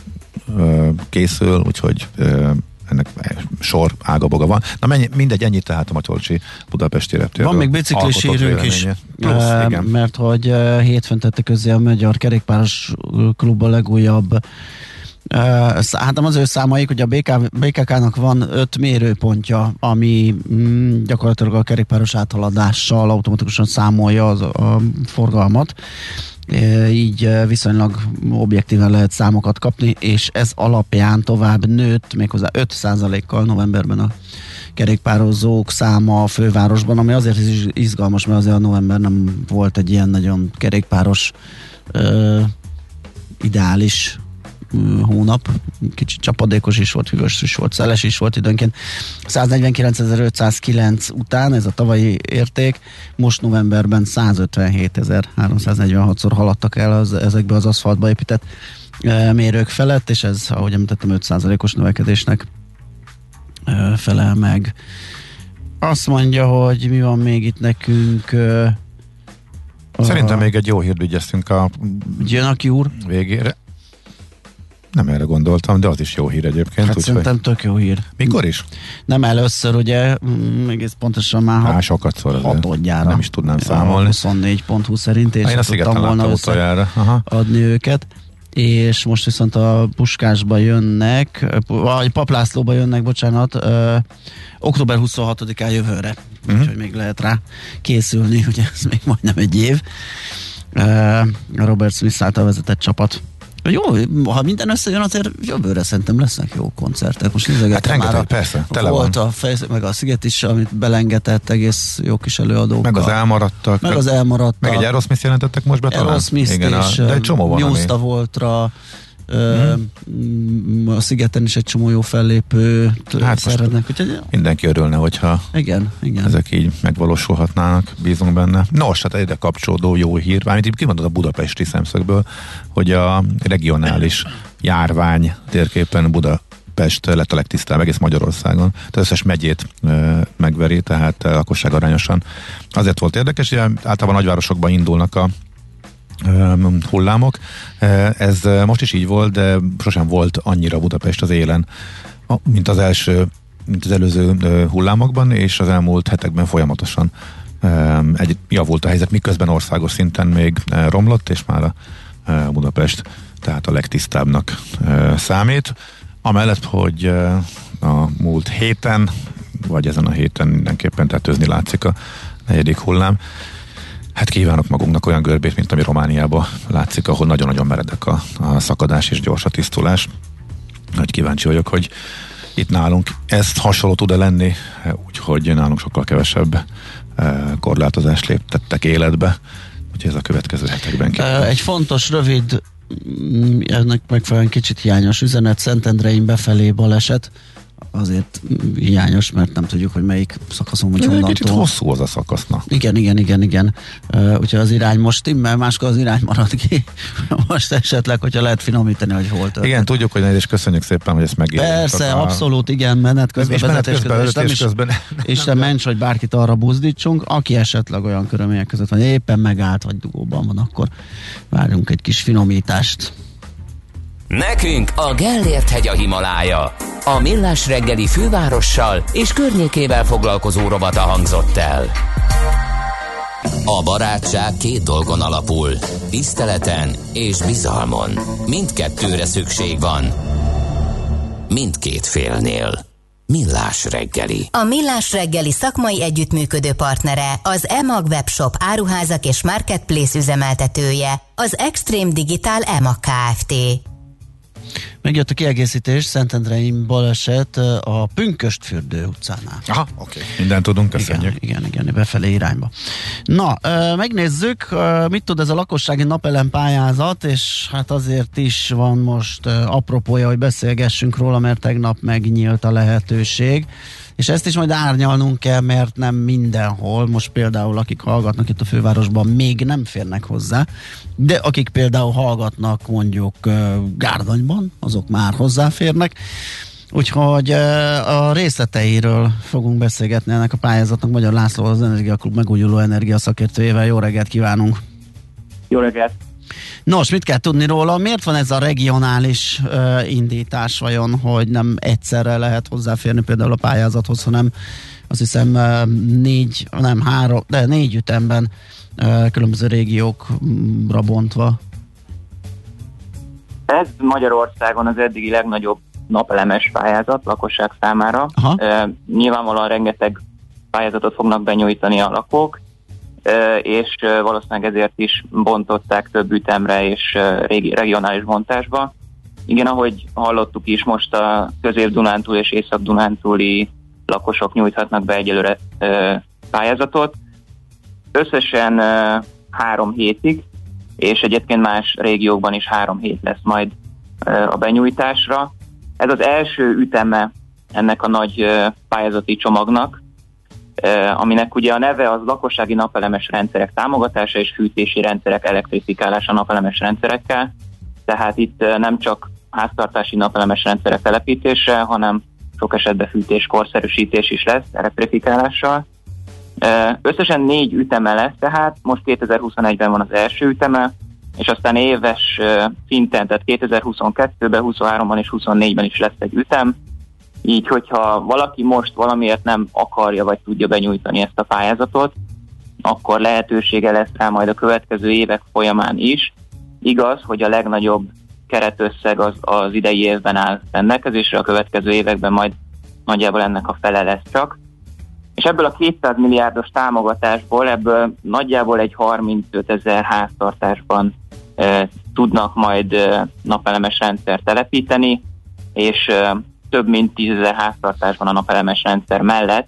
uh, készül, úgyhogy uh, ennek sor ágaboga van. Na mennyi, mindegy, ennyit tehát a Matolcsi budapesti reptérről. Van még biciklis hírünk is, Plusz, uh, mert hogy uh, hétfőn tette közzé a Magyar Kerékpáros Klub a legújabb uh, hát az ő számaik, hogy a bé ká ká-nak van öt mérőpontja, ami mm, gyakorlatilag a kerékpáros áthaladással automatikusan számolja az, a forgalmat. Így viszonylag objektíven lehet számokat kapni, és ez alapján tovább nőtt, méghozzá öt százalékkal novemberben a kerékpározók száma a fővárosban, ami azért is izgalmas, mert azért a november nem volt egy ilyen nagyon kerékpáros ö, ideális hónap, kicsit csapadékos is volt, hűvös is volt, szeles is volt időnként. száznegyvenkilencezer-ötszázkilenc után, ez a tavalyi érték, most novemberben százötvenhétezer-háromszáznegyvenhatszor haladtak el az, ezekbe az aszfaltba épített e, mérők felett, és ez, ahogy említettem, öt százalékos növekedésnek e, felel meg. Azt mondja, hogy mi van még itt nekünk. E, Szerintem a, még egy jó hírt ügyeztünk a Gyönaki úr végére. Nem erre gondoltam, de az is jó hír egyébként. Hát úgy, szerintem hogy... tök jó hír. Mikor is? Nem először, ugye, egész pontosan már hat, Há, sokat szor hatodjára. Nem is tudnám számolni. huszonnégy pont hu szerint, és én a Szigeten láttam utoljára. Adni őket. És most viszont a Puskásba jönnek, vagy Paplászlóba jönnek, bocsánat, ö, október huszonhatodikán jövőre. Uh-huh. Úgyhogy még lehet rá készülni, ugye ez még majdnem egy év. Ö, Robert Smith által vezetett csapat. Jó, ha minden összejön, azért jövőre szerintem lesznek jó koncertek. Most nézegettem, hát már a, persze, tele volt van. A fejsz, meg a Sziget is, amit belengetett egész jó kis előadókkal. Meg az elmaradtak. Meg az elmaradtak. Meg egy Aerosmith jelentettek most be talán? Aerosmith igen, és a, de egy csomó van, Muse Voltra, hmm. a Szigeten is egy csomó jó fellépő hát szeretnek. Úgyhogy, mindenki örülne, hogyha igen, igen. ezek így megvalósulhatnának, bízunk benne. Nos, hát egyre kapcsolódó jó hír, mármint így kimondod a budapesti szemszögből, hogy a regionális járvány térképen Budapest lett a legtisztább egész Magyarországon. Tehát összes megyét e, megveri, tehát e, lakosság arányosan. Azért volt érdekes, hogy általában nagyvárosokban indulnak a hullámok. Ez most is így volt, de sosem volt annyira Budapest az élen, mint az első, mint az előző hullámokban, és az elmúlt hetekben folyamatosan egy javult a helyzet, miközben országos szinten még romlott, és már a Budapest tehát a legtisztábbnak számít. Amellett, hogy a múlt héten, vagy ezen a héten mindenképpen tetőzni látszik a negyedik hullám. Hát kívánok magunknak olyan görbét, mint ami Romániában látszik, ahol nagyon-nagyon meredek a, a szakadás és gyors a tisztulás. Nagy kíváncsi vagyok, hogy itt nálunk ezt hasonló tud-e lenni, úgyhogy nálunk sokkal kevesebb korlátozást léptettek életbe, úgyhogy ez a következő hetekben képben. Egy fontos, rövid, ennek megfelelően kicsit hiányos üzenet, Szentendrein befelé baleset, azért hiányos, mert nem tudjuk, hogy melyik szakaszon, vagy honnantól. Kicsit hosszú az a szakasz, na. Igen, igen, igen, igen. Uh, úgyhogy az irány most stimmel, máskor az irány marad ki. Most esetleg, hogyha lehet finomítani, hogy hol tört. Igen, tudjuk, hogy és köszönjük szépen, hogy ezt megérjük. Persze, a... abszolút, igen, menet közben, és vezetés közben, közben, és közben. Isten ments, hogy bárkit arra buzdítsunk, aki esetleg olyan körülmények között van, éppen megállt, vagy dugóban van, akkor várjunk egy kis finomítást. Nekünk a Gellért-hegy a Himalája. A Millás reggeli fővárossal és környékével foglalkozó rovata hangzott el. A barátság két dolgon alapul, tiszteleten és bizalmon. Mindkettőre szükség van. Mindkét félnél. Millás reggeli. A Millás reggeli szakmai együttműködő partnere, az e-mag webshop áruházak és marketplace üzemeltetője, az Extreme Digital e-mag Kft. Megjött a kiegészítés, Szentendrein baleset a Pünkösdfürdő utcánál. Aha, oké. Okay. Mindent tudunk, köszönjük. Igen, igen, igen, befelé irányba. Na, megnézzük, mit tud ez a lakossági napelem pályázat, és hát azért is van most apropója, hogy beszélgessünk róla, mert tegnap megnyílt a lehetőség. És ezt is majd árnyalnunk kell, mert nem mindenhol, most például akik hallgatnak itt a fővárosban, még nem férnek hozzá, de akik például hallgatnak mondjuk Gárdonyban, azok már hozzáférnek. Úgyhogy a részleteiről fogunk beszélgetni ennek a pályázatnak Magyar László, az Energiaklub megújuló energia szakértőjével. Jó reggelt kívánunk! Jó reggelt! Nos, mit kell tudni róla? Miért van ez a regionális uh, indítás vajon, hogy nem egyszerre lehet hozzáférni például a pályázathoz, hanem azt hiszem uh, négy, nem három, de négy ütemben uh, különböző régiókra bontva? Ez Magyarországon az eddigi legnagyobb napelemes pályázat lakosság számára. Uh, nyilvánvalóan rengeteg pályázatot fognak benyújtani a lakók, és valószínűleg ezért is bontották több ütemre és regionális bontásba. Igen, ahogy hallottuk is, most a Közép-Dunántúl és Észak-Dunántúli lakosok nyújthatnak be egyelőre pályázatot. Összesen három hétig, és egyébként más régiókban is három hét lesz majd a benyújtásra. Ez az első üteme ennek a nagy pályázati csomagnak, aminek ugye a neve az lakossági napelemes rendszerek támogatása és fűtési rendszerek elektrifikálása napelemes rendszerekkel. Tehát itt nem csak háztartási napelemes rendszerek telepítése, hanem sok esetben fűtés, korszerűsítés is lesz elektrifikálással. Összesen négy üteme lesz, tehát most kétezer-huszonegyben van az első üteme, és aztán éves szinten, tehát kétezer-huszonkettőben, huszonháromban és huszonnégyben is lesz egy ütem. Így, hogyha valaki most valamiért nem akarja vagy tudja benyújtani ezt a pályázatot, akkor lehetősége lesz rá majd a következő évek folyamán is. Igaz, hogy a legnagyobb keretösszeg az, az idei évben áll rendelkezésre, a következő években majd nagyjából ennek a fele lesz csak. És ebből a kétszáz milliárdos támogatásból ebből nagyjából egy harmincötezer háztartásban e, tudnak majd e, napelemes rendszer telepíteni, és e, több mint tízezer háztartásban a napelemes rendszer mellett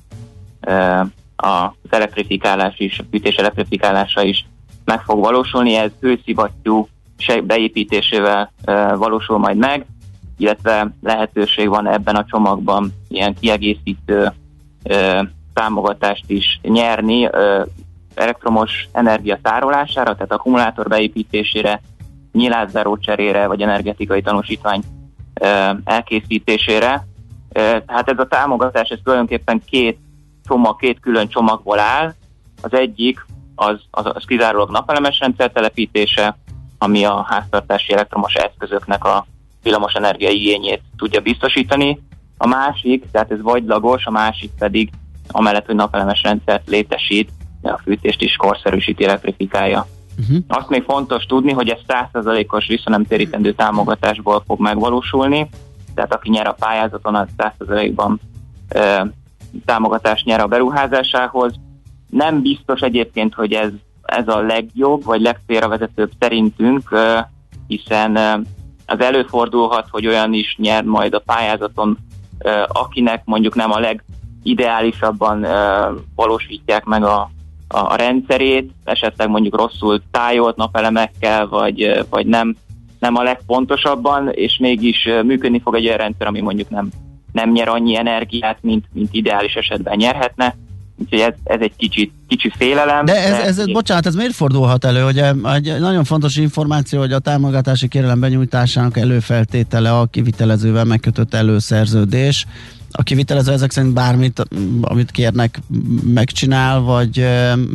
e, az elektrifikálás is, a fűtés elektrifikálása is meg fog valósulni. Ez hőszivattyú beépítésével e, valósul majd meg, illetve lehetőség van ebben a csomagban ilyen kiegészítő e, támogatást is nyerni ö, elektromos energia tárolására, tehát akkumulátor beépítésére, nyilászáró cserére, vagy energetikai tanúsítvány ö, elkészítésére. Ö, tehát ez a támogatás, ez tulajdonképpen két csomag, két külön csomagból áll. Az egyik az, az, az kizárólag napelemes rendszer telepítése, ami a háztartási elektromos eszközöknek a villamos energia igényét tudja biztosítani. A másik, tehát ez vagylagos, a másik pedig amellett, hogy napelemes rendszert létesít, a fűtést is korszerűsíti, elektrifikálja. Uh-huh. Azt még fontos tudni, hogy ez száz százalékos visszanemtérítendő támogatásból fog megvalósulni, tehát aki nyer a pályázaton, az száz százalékban e, támogatást nyer a beruházásához. Nem biztos egyébként, hogy ez, ez a legjobb, vagy legcélra vezetőbb szerintünk, e, hiszen e, az előfordulhat, hogy olyan is nyer majd a pályázaton, e, akinek mondjuk nem a leg ideálisabban uh, valósítják meg a, a, a rendszerét, esetleg mondjuk rosszul tájolt napelemekkel, vagy, uh, vagy nem, nem a legpontosabban, és mégis uh, működni fog egy olyan rendszer, ami mondjuk nem, nem nyer annyi energiát, mint, mint ideális esetben nyerhetne. Úgyhogy ez, ez egy kicsit, kicsi félelem. De ez, ez, ez bocsánat, ez miért fordulhat elő? Ugye egy nagyon fontos információ, hogy a támogatási kérelem benyújtásának előfeltétele a kivitelezővel megkötött előszerződés. A kivitelező ezek szerint bármit, amit kérnek, megcsinál, vagy,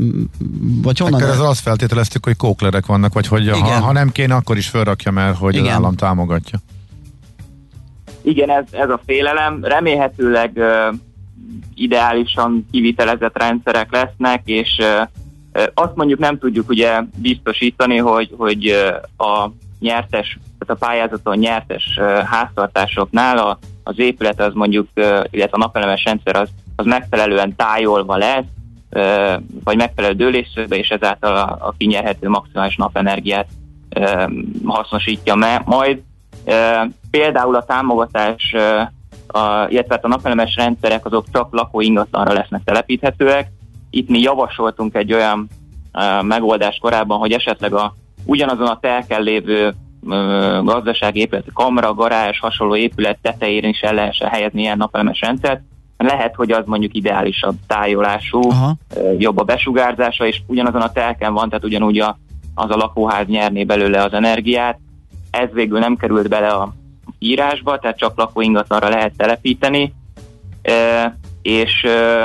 vagy honnan? Ekkor azt feltételeztük, hogy kóklerek vannak, vagy hogy ha, ha nem kéne, akkor is felrakja, mert hogy igen, az állam támogatja. Igen, ez, ez a félelem. Remélhetőleg uh, ideálisan kivitelezett rendszerek lesznek, és uh, azt mondjuk nem tudjuk ugye biztosítani, hogy, hogy uh, a nyertes, tehát a pályázaton nyertes uh, háztartásoknál a az épület az mondjuk, illetve a napelemes rendszer az, az megfelelően tájolva lesz, vagy megfelelő dőlésszögbe, és ezáltal a, a kinyerhető maximális napenergiát hasznosítja me, majd. Például a támogatás, a, illetve a napelemes rendszerek azok csak lakóingatlanra lesznek telepíthetőek. Itt mi javasoltunk egy olyan megoldást korábban, hogy esetleg a, ugyanazon a telken lévő gazdasági épület, kamra, garázs, hasonló épület tetején is el lehessen helyezni ilyen napelemes rendszert. Lehet, hogy az mondjuk ideálisabb tájolású, aha, jobb a besugárzása, és ugyanazon a telken van, tehát ugyanúgy a, az a lakóház nyerné belőle az energiát. Ez végül nem került bele a írásba, tehát csak lakóingatlanra lehet telepíteni, és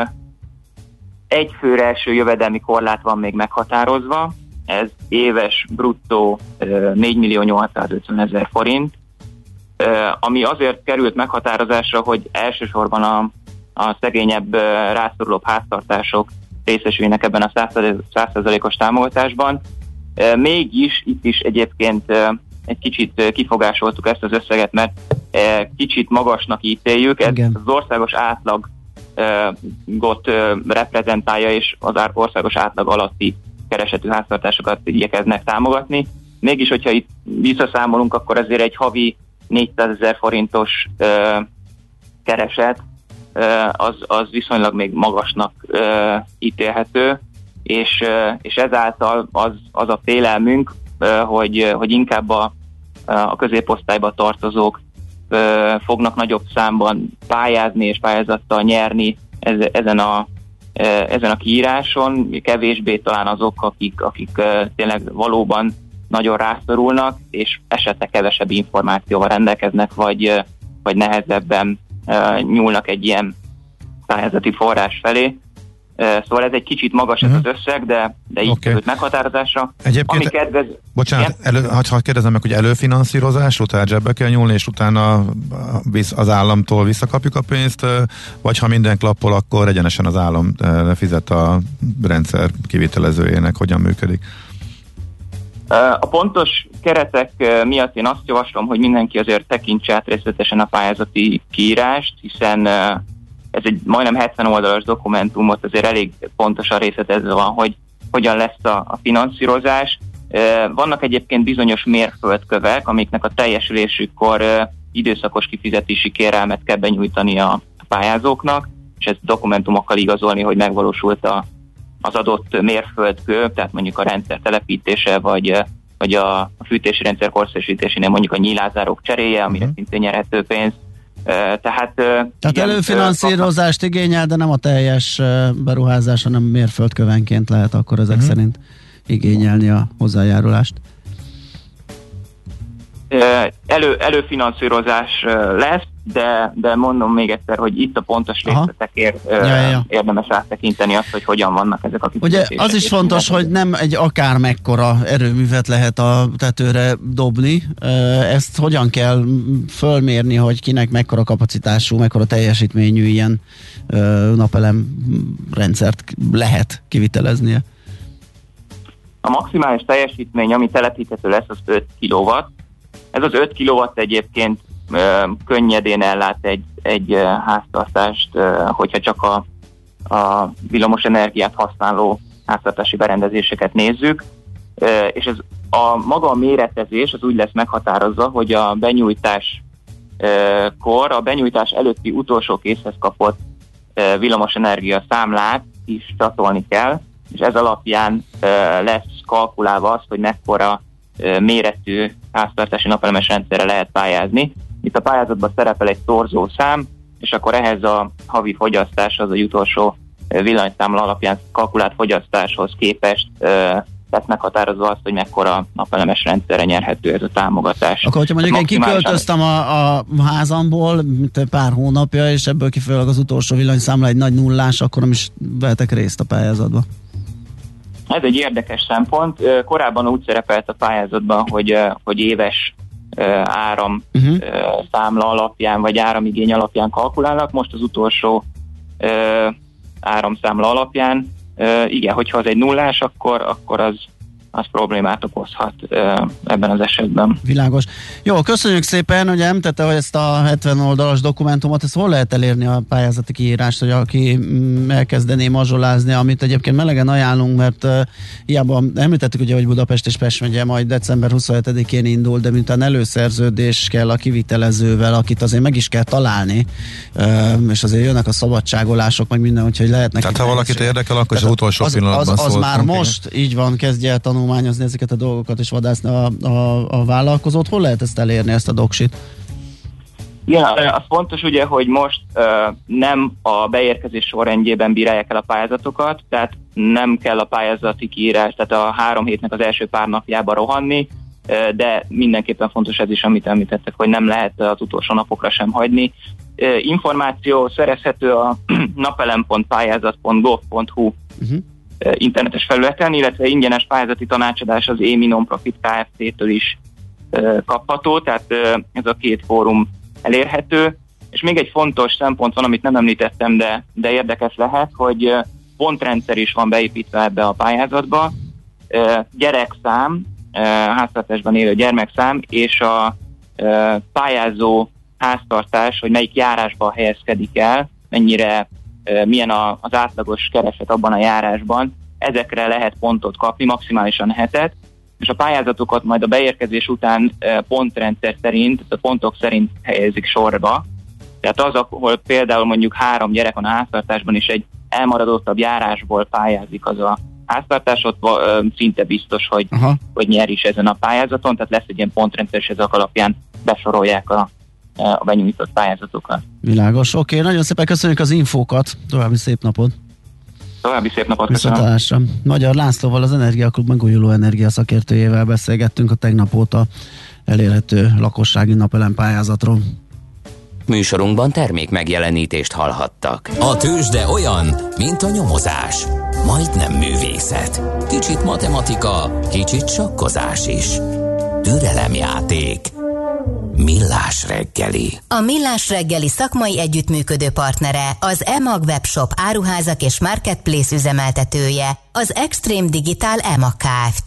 egy főre eső jövedelmi korlát van még meghatározva. Ez éves bruttó négymillió nyolcszázötvenezer forint, ami azért került meghatározásra, hogy elsősorban a, a szegényebb, rászorulóbb háztartások részesülnek ebben a száz százalékos támogatásban. Mégis itt is egyébként egy kicsit kifogásoltuk ezt az összeget, mert kicsit magasnak ítéljük. Ez igen, az országos átlagot reprezentálja, és az országos átlag alatti keresetű háztartásokat igyekeznek támogatni. Mégis, hogyha itt visszaszámolunk, akkor azért egy havi négyszázezer forintos ö, kereset az, az viszonylag még magasnak ítélhető, és, és ezáltal az, az a félelmünk, hogy, hogy inkább a, a középosztályba tartozók fognak nagyobb számban pályázni és pályázattal nyerni ezen a, ezen a kiíráson, kevésbé talán azok, akik, akik tényleg valóban nagyon rászorulnak, és esetleg kevesebb információval rendelkeznek, vagy, vagy nehezebben nyúlnak egy ilyen pályázati forrás felé. Szóval ez egy kicsit magas uh-huh. ez az összeg, de, de így okay. került meghatározásra. Egyébként, ami kedvez... bocsánat, elő, ha kérdezem meg, hogy előfinanszírozásról, tehát zsebbe kell nyúlni, és utána az államtól visszakapjuk a pénzt, vagy ha minden klappol, akkor egyenesen az állam fizet a rendszer kivitelezőjének, hogyan működik? A pontos keretek miatt én azt javaslom, hogy mindenki azért tekintse át részletesen a pályázati kiírást, hiszen ez egy majdnem hetven oldalas dokumentumot, azért elég pontosan részletezve van, hogy hogyan lesz a, a finanszírozás. Vannak egyébként bizonyos mérföldkövek, amiknek a teljesülésükkor időszakos kifizetési kérelmet kell benyújtani a pályázóknak, és ezt dokumentumokkal igazolni, hogy megvalósult a, az adott mérföldkő, tehát mondjuk a rendszer telepítése, vagy, vagy a, a fűtési rendszer korszerűsítésénél mondjuk a nyílázárók cseréje, amire uh-huh. szintén nyerhető pénz. Tehát, Tehát igen, előfinanszírozást kapnak... igényel, de nem a teljes beruházás, hanem mérföldkövenként lehet akkor ezek uh-huh. szerint igényelni a hozzájárulást. Elő, előfinanszírozás lesz, de, de mondom még egyszer, hogy itt a pontos részletekért ja, ja, ja. érdemes áttekinteni azt, hogy hogyan vannak ezek a kifizetések. Ugye az is fontos, hogy nem egy akár mekkora erőművet lehet a tetőre dobni. Ezt hogyan kell fölmérni, hogy kinek mekkora kapacitású, mekkora teljesítményű ilyen napelem rendszert lehet kiviteleznie? A maximális teljesítmény, ami telepíthető lesz, az öt kilowatt. Ez az öt kilowatt egyébként ö, könnyedén ellát egy, egy ö, háztartást, ö, hogyha csak a, a villamos energiát használó háztartási berendezéseket nézzük, ö, és ez a maga a méretezés az úgy lesz meghatározva, hogy a benyújtás ö, kor, a benyújtás előtti utolsó készhez kapott ö, villamos energia számlát is csatolni kell, és ez alapján ö, lesz kalkulálva az, hogy mekkora ö, méretű háztartási napelemes rendszerre lehet pályázni. Itt a pályázatban szerepel egy szorzószám, és akkor ehhez a havi fogyasztás, az a utolsó villanyszámla alapján kalkulált fogyasztáshoz képest ö, lesz meghatározva azt, hogy mekkora napelemes rendszerre nyerhető ez a támogatás. Akkor, hogyha mondjuk én kiköltöztem a, a házamból pár hónapja, és ebből kifolyólag az utolsó villanyszámla egy nagy nullás, akkor nem is vehetek részt a pályázatba. Ez egy érdekes szempont. Korábban úgy szerepelt a pályázatban, hogy, hogy éves áram uh-huh. számla alapján, vagy áramigény alapján kalkulálnak. Most az utolsó áramszámla alapján. Igen, hogyha az egy nullás, akkor, akkor az, az problémát okozhat ebben az esetben. Világos. Jó, köszönjük szépen, hogy említette, hogy ezt a hetven oldalas dokumentumot, ezt hol lehet elérni a pályázati kiírást, hogy aki elkezdené mazsolázni, amit egyébként melegen ajánlunk, mert uh, hiába említettük ugye, hogy Budapest és Pest megye majd december huszonhetedikén indul, de miután előszerződés kell a kivitelezővel, akit azért meg is kell találni, uh, és azért jönnek a szabadságolások, meg minden, úgyhogy lehetnek. Tehát ha valakit érdekel, akkor az utolsó az, pillanatban az, az már igen. most így van, kezdje el tanulmányozni ezeket a dolgokat és vadászni a, a, a vállalkozót. Hol lehet ezt elérni, ezt a doksit? Igen, az fontos ugye, hogy most uh, nem a beérkezés sorrendjében bírálják el a pályázatokat, tehát nem kell a pályázati kiírás, tehát a három hétnek az első pár napjába rohanni, uh, de mindenképpen fontos ez is, amit említettek, hogy nem lehet az utolsó napokra sem hagyni. Uh, információ szerezhető a napelem pont pályázat pont gov pont hu uh-huh. internetes felületen, illetve ingyenes pályázati tanácsadás az Émi Nonprofit Kft-től is uh, kapható, tehát uh, ez a két fórum elérhető. És még egy fontos szempont van, amit nem említettem, de, de érdekes lehet, hogy uh, pontrendszer is van beépítve ebbe a pályázatba. Uh, gyerekszám, uh, háztartásban élő gyermekszám, és a uh, pályázó háztartás, hogy melyik járásban helyezkedik el, mennyire milyen a, az átlagos kereset abban a járásban, ezekre lehet pontot kapni, maximálisan hetet, és a pályázatokat majd a beérkezés után pontrendszer szerint, a pontok szerint helyezik sorba, Tehát az, ahol például mondjuk három gyerek van a háztartásban, és egy elmaradottabb járásból pályázik az a háztartás, ott szinte biztos, hogy, hogy nyer is ezen a pályázaton, tehát lesz egy ilyen pontrendszer, és ezek alapján besorolják a, a benyújtott pályázatokat. Világos, oké, okay, nagyon szépen köszönjük az infókat, további szép napot! További szép napot köszönöm! Magyar Lászlóval, az Energiaklub megújuló energia szakértőjével beszélgettünk a tegnap óta elérhető lakossági napelem pályázatról. Műsorunkban termék megjelenítést hallhattak. A tőzsde olyan, mint a nyomozás. Majdnem művészet. Kicsit matematika, kicsit sakkozás is. Türelemjáték. Millás reggeli. A Millás reggeli szakmai együttműködő partnere, az e-mag webshop áruházak és marketplace üzemeltetője, az Extreme Digital e-mag Kft.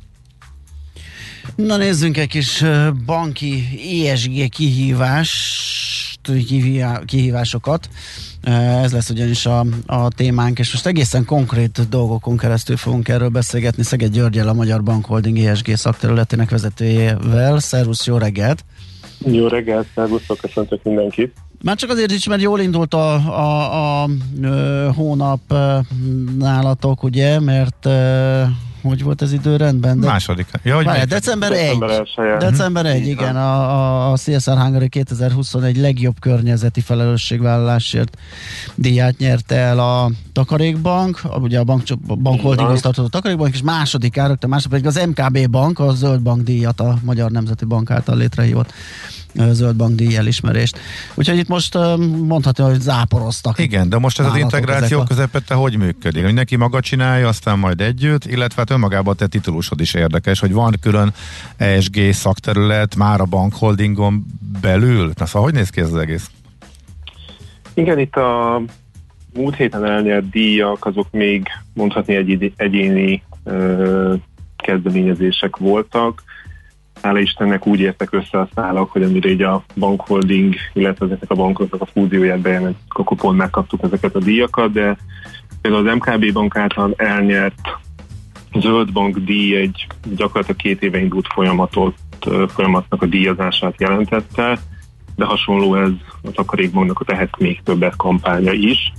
Na nézzünk egy kis banki é es gé kihívást, kihívásokat. Ez lesz ugyanis a, a témánk, és most egészen konkrét dolgokon keresztül fogunk erről beszélgetni Szeged Györggyel, a Magyar Bank Holding é es gé szakterületének vezetőjével. Szervusz, jó reggelt! Jó reggelt, szervusztok, köszöntök mindenkit! Már csak azért is, mert jól indult a, a, a, a hónap nálatok, ugye, mert hogy volt ez időrendben? De... Második. Ja, hogy Várj, december elseje. December elseje, igen. A, a cé es er Hungary kétezer-huszonegy legjobb környezeti felelősségvállalásért díját nyerte el a Takarékbank, ugye a bank, bank holdinghoz tartozó Takarékbank, és második rögtön második pedig az em ká bé Bank, a Zöld Bank díjat, a Magyar Nemzeti Bank által létrehívott Zöld Bank díj elismerést. Úgyhogy itt most mondhatja, hogy záporoztak. Igen, de most ez az integráció közepette hogy működik? Mindenki maga csinálja, aztán majd együtt, illetve hát önmagában te titulusod is érdekes, hogy van külön é es gé szakterület már a Bank Holdingon belül. Na szóval hogy néz ki ez az egész? Igen, itt a múlt héten elnyert díjak, azok még mondhatni egy egyéni ö, kezdeményezések voltak. Hála Istennek úgy értek össze a szálak, hogy amire így a Bank Holding, illetve ezeknek a bankoknak a fúzióját bejelentjük, akkor pont megkaptuk ezeket a díjakat, de például az em ká bé Bank által elnyert Zöld Bank díj egy gyakorlatilag két éve indult folyamatot, folyamatnak a díjazását jelentette, de hasonló ez a Takarékbanknak a Tehet még többet kampánya is.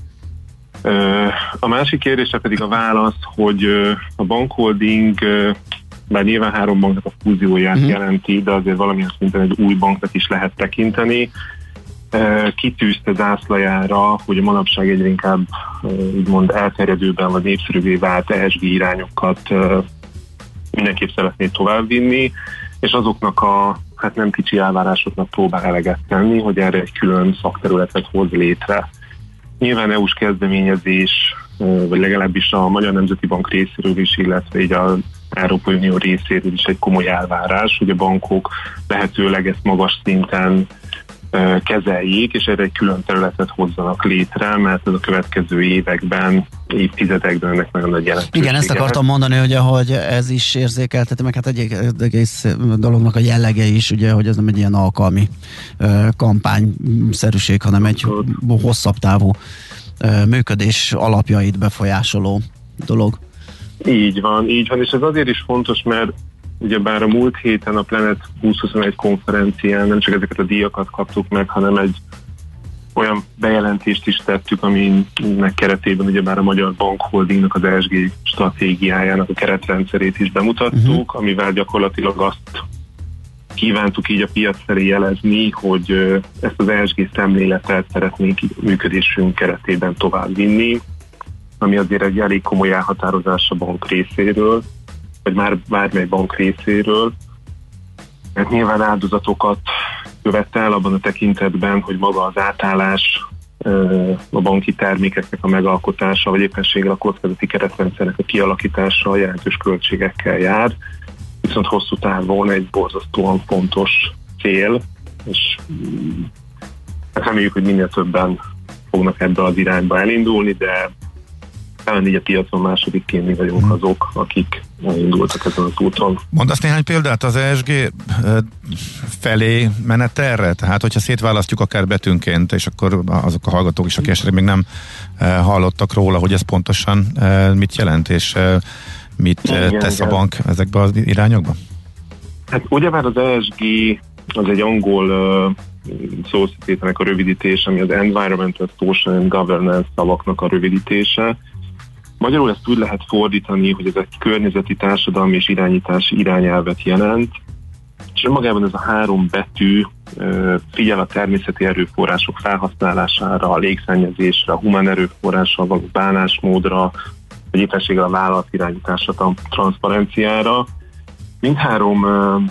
A másik kérdése pedig a válasz, hogy a Bank Holding, bár nyilván három banknak a fúzióját uh-huh. jelenti, de azért valamilyen szinten egy új banknak is lehet tekinteni. Kitűzte zászlajára, hogy a manapság egyre inkább úgymond elterjedőben vagy népszerűvé vált é es gé irányokat mindenképp szeretné továbbvinni, és azoknak a hát nem kicsi elvárásoknak próbál eleget tenni, hogy erre egy külön szakterületet hoz létre. Nyilván é u-s kezdeményezés, vagy legalábbis a Magyar Nemzeti Bank részéről is, illetve így az Európai Unió részéről is egy komoly elvárás, hogy a bankok lehetőleg ezt magas szinten kezeljék, és erre egy külön területet hozzanak létre, mert ez a következő években, évtizedekben ennek nagyon nagy jelentősége. Igen, ezt akartam mondani, ugye, hogy ez is érzékelteti, meg hát egy egész dolognak a jellege is, ugye, hogy ez nem egy ilyen alkalmi kampányszerűség, hanem egy hosszabb távú működés alapjait befolyásoló dolog. Így van, így van, és ez azért is fontos, mert ugyebár a múlt héten a Planet húsz-huszonegy konferencián nem csak ezeket a díjakat kaptuk meg, hanem egy olyan bejelentést is tettük, aminek keretében ugyebár a Magyar Bank Holdingnak az é es gé stratégiájának a keretrendszerét is bemutattuk, uh-huh. amivel gyakorlatilag azt kívántuk így a piac felé jelezni, hogy ezt az é es gé szemléletet szeretnénk működésünk keretében továbbvinni, ami azért egy elég komoly elhatározás a bank részéről, vagy már bármely bank részéről, mert nyilván áldozatokat követel abban a tekintetben, hogy maga az átállás, a banki termékeknek a megalkotása, vagy éppenséggel a kockázati keretrendszernek a kialakítása jelentős költségekkel jár, viszont hosszú távon egy borzasztóan fontos cél, és reméljük, hogy minél többen fognak ebbe az irányba elindulni, de talán így a piacon másodikként mi vagyunk azok, akik elindultak ezen az úton. Mondasz néhány példát az é es gé felé menetelre? Tehát, hogyha szétválasztjuk akár betűnként, és akkor azok a hallgatók is, akik esetleg még nem hallottak róla, hogy ez pontosan mit jelent, és mit igen, tesz igen. a bank ezekbe az irányokba? Hát ugyebár az é es gé az egy angol Society-nek a rövidítés, ami az Environmental, Social and Governance szavaknak a rövidítése. Magyarul ezt úgy lehet fordítani, hogy ez egy környezeti, társadalmi és irányítási irányelvet jelent, és önmagában ez a három betű figyel a természeti erőforrások felhasználására, a légszennyezésre, a humán erőforrással való bánásmódra, vagy éppenséggel a vállalatirányításra, a transzparenciára. Mindhárom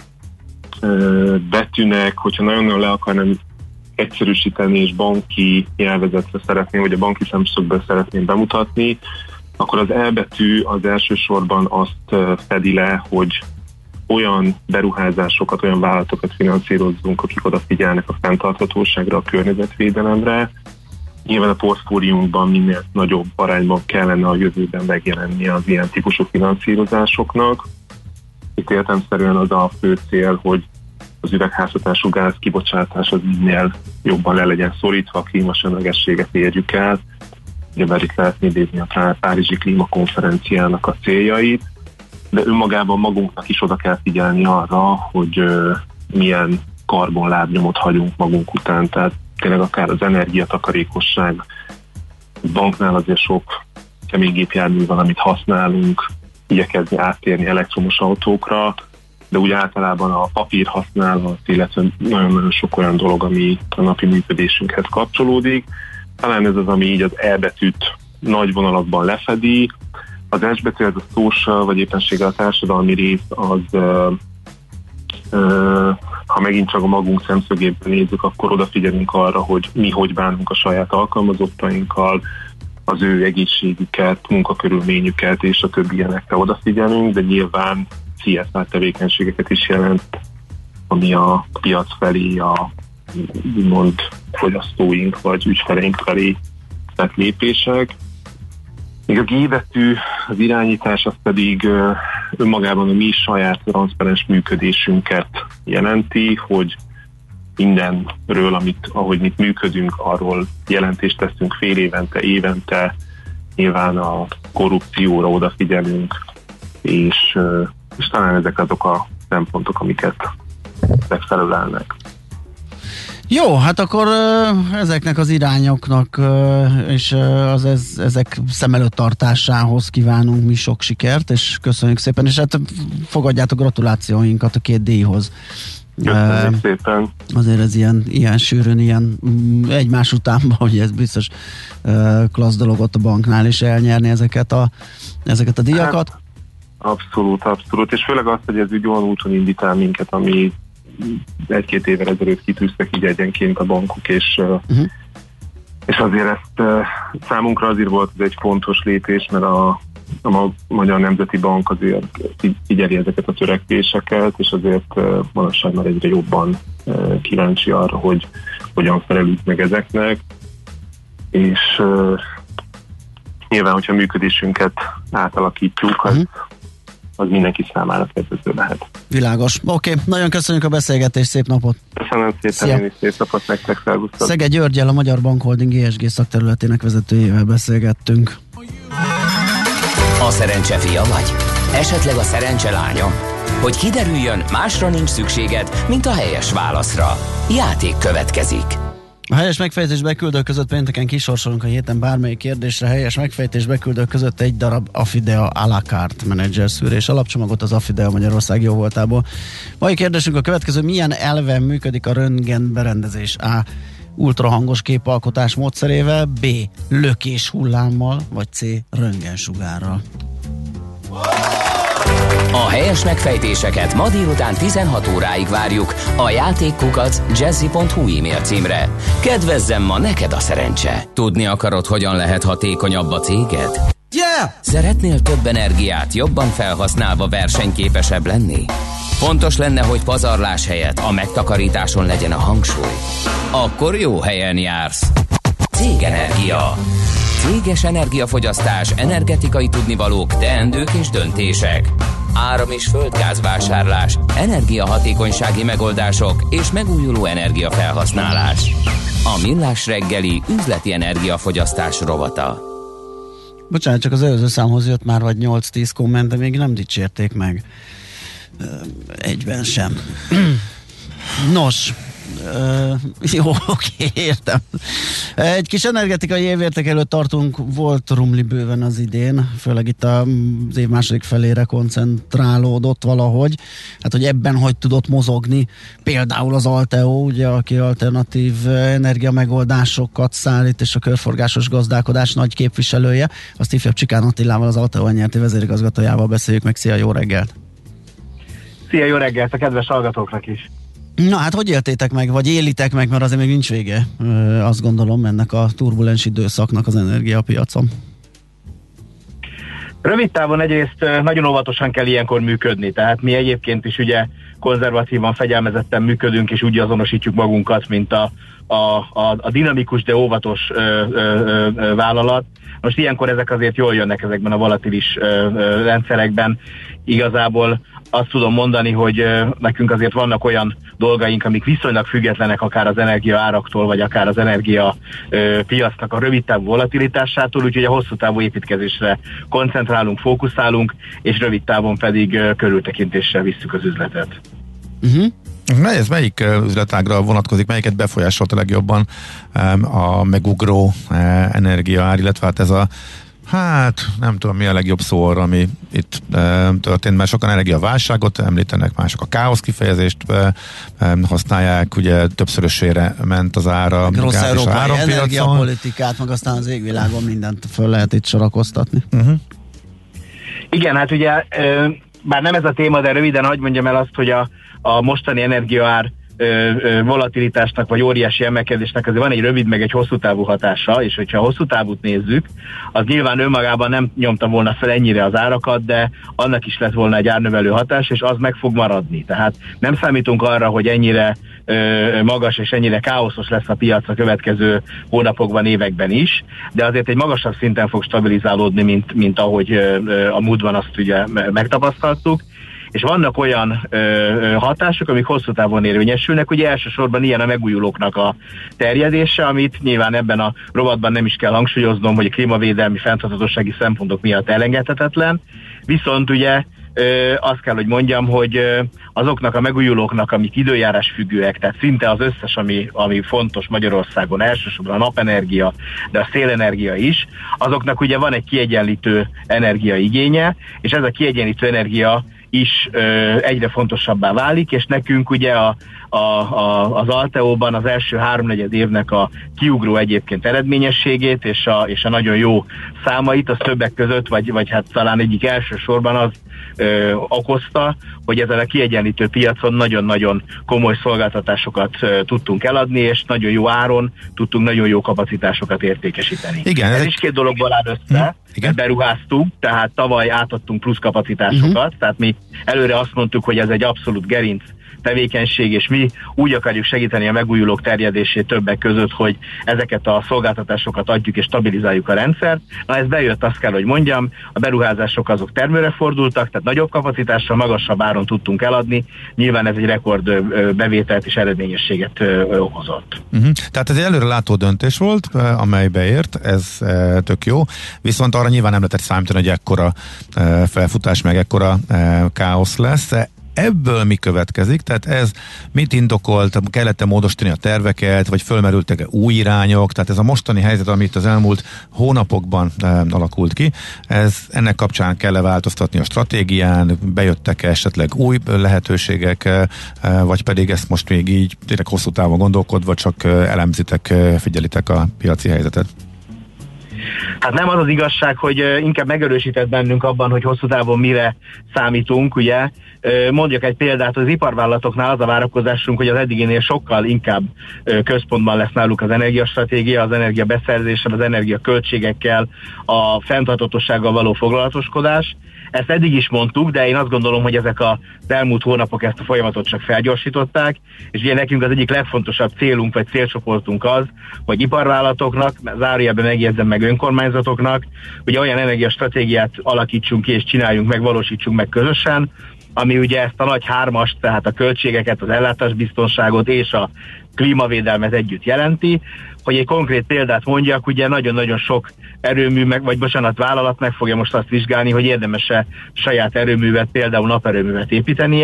betűnek, hogyha nagyon-nagyon le akarnám egyszerűsíteni és banki nyelvezetre szeretném, vagy a banki szemszögből szeretném bemutatni, akkor az E betű az elsősorban azt fedi le, hogy olyan beruházásokat, olyan vállalatokat finanszírozzunk, akik odafigyelnek a fenntarthatóságra, a környezetvédelemre. Nyilván a portfóliunkban minél nagyobb arányban kellene a jövőben megjelenni az ilyen típusú finanszírozásoknak. Itt értelemszerűen az a fő cél, hogy az üvegházhatású gáz kibocsátás az minél jobban le legyen szorítva, a klímasemlegességet érjük el. Ugye itt lehet idézni a Párizsi Klímakonferenciának a céljait, de önmagában magunknak is oda kell figyelni arra, hogy uh, milyen karbonlábnyomot hagyunk magunk után, tehát tényleg akár az energiatakarékosság, banknál azért sok keménygépjármű van, amit használunk, igyekezni áttérni elektromos autókra, de úgy általában a papír használat, illetve nagyon-nagyon sok olyan dolog, ami a napi működésünkhez kapcsolódik. Talán ez az, ami így az E betűt nagy vonalakban lefedi. Az S betű, ez a social, vagy éppenséggel a társadalmi rész, az uh, uh, ha megint csak a magunk szemszögéből nézzük, akkor odafigyelünk arra, hogy mi hogy bánunk a saját alkalmazottainkkal, az ő egészségüket, munkakörülményüket és a többi ilyenekre odafigyelünk, de nyilván cé es er tevékenységeket is jelent, ami a piac felé, a úgymond fogyasztóink vagy ügyfeleink felé tett lépések. Még a G betű, az irányítás, az pedig önmagában a mi saját transzparens működésünket jelenti, hogy mindenről, amit, ahogy mit működünk, arról jelentést teszünk fél évente, évente, nyilván a korrupcióra odafigyelünk, és, és talán ezek azok a szempontok, amiket megfelelnek. Jó, hát akkor ezeknek az irányoknak és az ez, ezek szem előtt tartásához kívánunk mi sok sikert, és köszönjük szépen, és hát fogadjátok gratulációinkat a két díjhoz. Köszönjük uh, szépen. Azért ez ilyen, ilyen sűrűn, ilyen egymás utánban, hogy ez biztos uh, klassz dolog ott a banknál is elnyerni ezeket a, ezeket a díjakat. Hát, abszolút, abszolút, és főleg azt, hogy ez úgy olyan úton indít el minket, ami egy-két évvel ezelőtt kitűztek így egyenként a bankok, és, uh-huh. és azért ezt uh, számunkra azért volt ez egy fontos lépés, mert a, a Magyar Nemzeti Bank azért figyeli ezeket a törekvéseket, és azért uh, manapság már egyre jobban uh, kíváncsi arra, hogy hogyan felelünk meg ezeknek, és uh, nyilván, hogyha a működésünket átalakítjuk, az uh-huh. az mindenki számára kedvező lehet. Világos. Oké, okay. Nagyon köszönjük a beszélgetést, szép napot! Köszönöm szépen, én is szép napot nektek, szervusztok! Szege Györggyel, a Magyar Bankholding é es gé szakterületének vezetőjével beszélgettünk. A szerencse fia vagy? Esetleg a szerencse lánya? Hogy kiderüljön, másra nincs szükséged, mint a helyes válaszra. Játék következik. A helyes megfejtés beküldők között pénteken kisorsolunk a héten bármelyik kérdésre. Helyes megfejtés beküldők között egy darab Affidea à la carte menedzser szűrés alapcsomagot az Affidea Magyarország jóvoltából. Mai kérdésünk a következő: milyen elven működik a röntgen berendezés? A. Ultrahangos képalkotás módszerével, B. lökés hullámmal, vagy C. röntgensugárral. A helyes megfejtéseket ma délután tizenhat óráig várjuk a játékkukac jazzy pont hu e-mail címre. Kedvezzem ma neked a szerencse! Tudni akarod, hogyan lehet hatékonyabb a céged? Yeah! Szeretnél több energiát jobban felhasználva versenyképesebb lenni? Fontos lenne, hogy pazarlás helyett a megtakarításon legyen a hangsúly. Akkor jó helyen jársz! Cégenergia. Céges energiafogyasztás, energetikai tudnivalók, teendők és döntések. Áram- és földgázvásárlás, energiahatékonysági megoldások és megújuló energiafelhasználás. A Millás reggeli üzleti energiafogyasztás rovata. Bocsánat, csak az előző számhoz jött már vagy nyolc-tíz komment, de még nem dicsérték meg. Egyben sem. Nos, Uh, jó, oké, értem. Egy kis energetikai évérték előtt tartunk, volt rumli bőven az idén, főleg itt az év második felére koncentrálódott valahogy. Hát, hogy ebben hogy tudott mozogni, például az Alteo, ugye, aki alternatív energiamegoldásokat szállít, és a körforgásos gazdálkodás nagy képviselője. Azt ifjabb Csikán Attilával, az Alteo nyerti vezérigazgatójával beszéljük meg. Szia, jó reggelt! Szia, jó reggelt a kedves hallgatóknak is! Na hát, hogy éltétek meg, vagy élitek meg, mert azért még nincs vége, azt gondolom, ennek a turbulens időszaknak az energiapiacon? Rövid távon egyrészt nagyon óvatosan kell ilyenkor működni, tehát mi egyébként is ugye konzervatívan, fegyelmezetten működünk, és úgy azonosítjuk magunkat, mint a, a, a, a dinamikus, de óvatos ö, ö, ö, vállalat. Most ilyenkor ezek azért jól jönnek ezekben a volatilis ö, ö, rendszerekben. Igazából azt tudom mondani, hogy nekünk azért vannak olyan dolgaink, amik viszonylag függetlenek akár az energia áraktól, vagy akár az energia ö, piacnak a rövid távú volatilitásától, úgyhogy a hosszú távú építkezésre koncentrálunk, fókuszálunk, és rövid távon pedig ö, körültekintéssel visszük az üzletet. Uh-huh. Ez melyik üzletágra vonatkozik, melyiket befolyásolta legjobban a megugró energiaár, illetve hát ez a Hát, nem tudom, mi a legjobb szó arra, ami itt e, történt, mert sokan energiaválságot említenek, mások a káosz kifejezést e, e, használják, ugye többszörösére ment az ára. Rossz európai energiapolitikát, meg aztán az égvilágon mindent föl lehet itt sorakoztatni. Uh-huh. Igen, hát ugye, e, bár nem ez a téma, de röviden hadd mondjam el azt, hogy a, a mostani energiaár volatilitásnak, vagy óriási emelkedésnek azért van egy rövid, meg egy hosszú távú hatása, és hogyha a hosszú távút nézzük, az nyilván önmagában nem nyomta volna fel ennyire az árakat, de annak is lett volna egy árnövelő hatás, és az meg fog maradni. Tehát nem számítunk arra, hogy ennyire ö, magas és ennyire káoszos lesz a piac a következő hónapokban, években is, de azért egy magasabb szinten fog stabilizálódni, mint, mint ahogy ö, a múltban azt ugye megtapasztaltuk. És vannak olyan ö, hatások, amik hosszú távon érvényesülnek, ugye elsősorban ilyen a megújulóknak a terjedése, amit nyilván ebben a rovatban nem is kell hangsúlyoznom, hogy a klímavédelmi fenntarthatósági szempontok miatt elengedhetetlen, viszont ugye ö, azt kell, hogy mondjam, hogy ö, azoknak a megújulóknak, amik időjárás függőek, tehát szinte az összes, ami, ami fontos Magyarországon, elsősorban a napenergia, de a szélenergia is, azoknak ugye van egy kiegyenlítő energiaigénye, és ez a kiegyenlítő energia is ö, egyre fontosabbá válik, és nekünk ugye a, a, a, az Alteóban az első háromnegyed évnek a kiugró egyébként eredményességét, és a, és a nagyon jó számait, az többek között, vagy, vagy hát talán egyik elsősorban az ö, okozta, hogy ezen a kiegyenlítő piacon nagyon-nagyon komoly szolgáltatásokat ö, tudtunk eladni, és nagyon jó áron tudtunk nagyon jó kapacitásokat értékesíteni. Igen, ez is két dologból áll össze. Igen. Beruháztunk, tehát tavaly átadtunk plusz kapacitásokat, uh-huh. tehát mi előre azt mondtuk, hogy ez egy abszolút gerinc tevékenység, és mi úgy akarjuk segíteni a megújulók terjedését többek között, hogy ezeket a szolgáltatásokat adjuk és stabilizáljuk a rendszert. Na ez bejött, azt kell, hogy mondjam, a beruházások azok termőre fordultak, tehát nagyobb kapacitással, magasabb áron tudtunk eladni. Nyilván ez egy rekord bevételt és eredményességet okozott. Uh-huh. Tehát ez egy előrelátó döntés volt, amely beért, ez tök jó, viszont arra nyilván nem lehetett számítani, hogy ekkora felfutás, meg ekkora káosz lesz. Ebből mi következik? Tehát ez mit indokolt? Kellett-e módosítani a terveket, vagy fölmerültek-e új irányok? Tehát ez a mostani helyzet, amit az elmúlt hónapokban e, alakult ki, ez ennek kapcsán kell-e változtatni a stratégián? Bejöttek-e esetleg új lehetőségek, e, vagy pedig ezt most még így tényleg hosszú távon gondolkodva csak elemzitek, figyelitek a piaci helyzetet? Hát nem az az igazság, hogy inkább megerősített bennünk abban, hogy hosszú távon mire számítunk, ugye. Mondjak egy példát, az iparvállalatoknál az a várakozásunk, hogy az eddiginél sokkal inkább központban lesz náluk az energiastratégia, az energiabeszerzéssel, az energiaköltségekkel, a fenntarthatósággal való foglalatoskodás. Ezt eddig is mondtuk, de én azt gondolom, hogy ezek az elmúlt hónapok ezt a folyamatot csak felgyorsították, és ugye nekünk az egyik legfontosabb célunk vagy célcsoportunk az, hogy iparvállalatoknak, zárójelben megjegyzem meg önkormányzatoknak, hogy olyan energiastratégiát alakítsunk ki és csináljunk meg, valósítsunk meg közösen, ami ugye ezt a nagy hármast, tehát a költségeket, az ellátásbiztonságot és a klímavédelmet együtt jelenti. Hogy egy konkrét példát mondjak, ugye nagyon-nagyon sok erőmű, meg, vagy bocsánat, vállalat meg fogja most azt vizsgálni, hogy érdemes-e saját erőművet, például naperőművet építenie,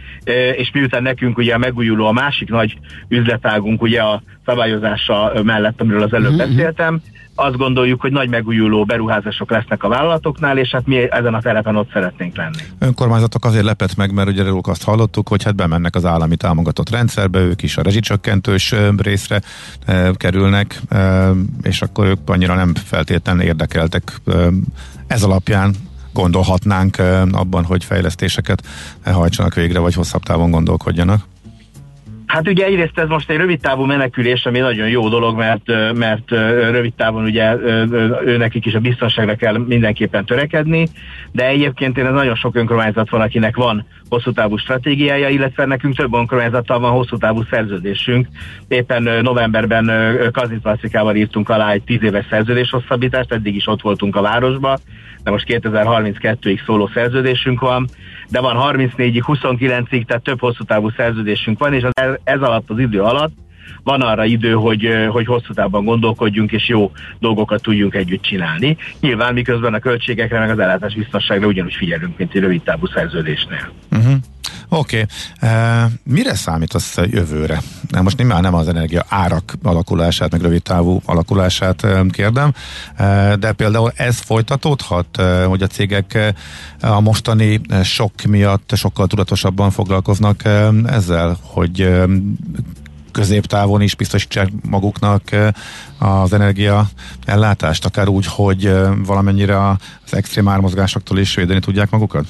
és miután nekünk ugye a megújuló a másik nagy üzletágunk ugye a szabályozása mellett, amiről az előbb uh-huh. beszéltem, azt gondoljuk, hogy nagy megújuló beruházások lesznek a vállalatoknál, és hát mi ezen a telepen ott szeretnénk lenni. Önkormányzatok azért lepett meg, mert ugye róluk azt hallottuk, hogy hát bemennek az állami támogatott rendszerbe, ők is a rezsicsökkentős részre e, kerülnek, e, és akkor ők annyira nem feltétlenül érdekeltek e, ez alapján gondolhatnánk e, abban, hogy fejlesztéseket hajtsanak végre, vagy hosszabb távon gondolkodjanak. Hát ugye egyrészt ez most egy rövidtávú menekülés, ami nagyon jó dolog, mert, mert rövid távon ugye őnekik is a biztonságra kell mindenképpen törekedni, de egyébként én ez nagyon sok önkormányzat van, akinek van hosszú távú stratégiája, illetve nekünk több önkormányzattal van hosszú távú szerződésünk. Éppen novemberben Kazincbarcikával írtunk alá egy tíz éves szerződés hosszabbítást, eddig is ott voltunk a városba, de most kétezer-harminckettőig szóló szerződésünk van, de van harmincnégyig, huszonkilencig, tehát több hosszú távú szerződésünk van, és az, ez alatt az idő alatt van arra idő, hogy, hogy hosszú távban gondolkodjunk, és jó dolgokat tudjunk együtt csinálni. Nyilván miközben a költségekre, meg az ellátás biztonságra ugyanúgy figyelünk, mint egy rövid távú szerződésnél. Uh-huh. Oké. Okay. Uh, mire számítasz jövőre? Most nyilván nem az energia árak alakulását, meg rövid távú alakulását uh, kérdem, uh, de például ez folytatódhat, uh, hogy a cégek uh, a mostani uh, sok miatt sokkal tudatosabban foglalkoznak uh, ezzel, hogy uh, középtávon is biztosítsák maguknak az energia ellátást, akár úgy, hogy valamennyire az extrém ármozgásoktól is védeni tudják magukat?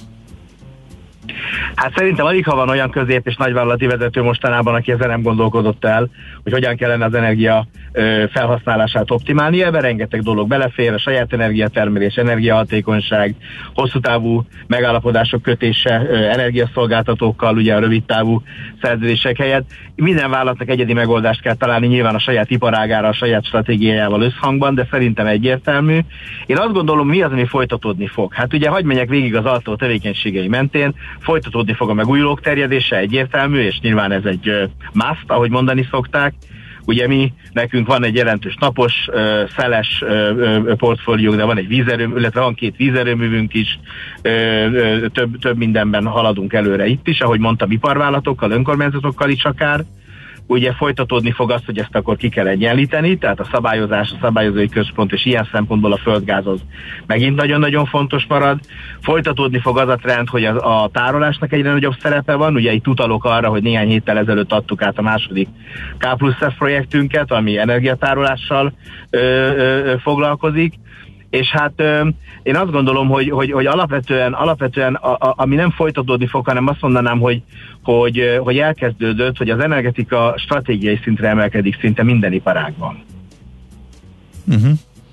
Hát szerintem alig ha van olyan közép- és nagyvállalati vezető mostanában, aki ezzel nem gondolkodott el, hogy hogyan kellene az energia ö, felhasználását optimálni. Ebben rengeteg dolog belefér, a saját energiatermelés, energiahatékonyság, hosszú távú megállapodások kötése ö, energiaszolgáltatókkal, ugye a rövid távú szerződések helyett. Minden vállalatnak egyedi megoldást kell találni, nyilván a saját iparágára, a saját stratégiájával összhangban, de szerintem egyértelmű. Én azt gondolom, mi az, ami folytatódni fog. Hát ugye hagyj menjek végig az Alteo tevékenységei mentén, folytatódni fog a megújulók terjedése, egyértelmű, és nyilván ez egy uh, must, ahogy mondani szokták. Ugye mi, nekünk van egy jelentős napos, uh, szeles uh, portfóliónk, de van egy vízerőmű, illetve van két vízerőművünk is, uh, uh, több, több mindenben haladunk előre itt is, ahogy mondtam, iparvállalatokkal, önkormányzatokkal is akár. Ugye folytatódni fog az, hogy ezt akkor ki kell egyenlíteni, tehát a szabályozás, a szabályozói központ, és ilyen szempontból a földgáz az megint nagyon-nagyon fontos marad. Folytatódni fog az a trend, hogy a, a tárolásnak egyre nagyobb szerepe van, ugye itt utalok arra, hogy néhány héttel ezelőtt adtuk át a második K plusz F projektünket, ami energiatárolással ö, ö, foglalkozik. És hát ö, én azt gondolom, hogy, hogy, hogy alapvetően, alapvetően a, a, ami nem folytatódni fog, hanem azt mondanám, hogy, hogy, hogy elkezdődött, hogy az energetika stratégiai szintre emelkedik szinte minden iparágban. Uh-huh.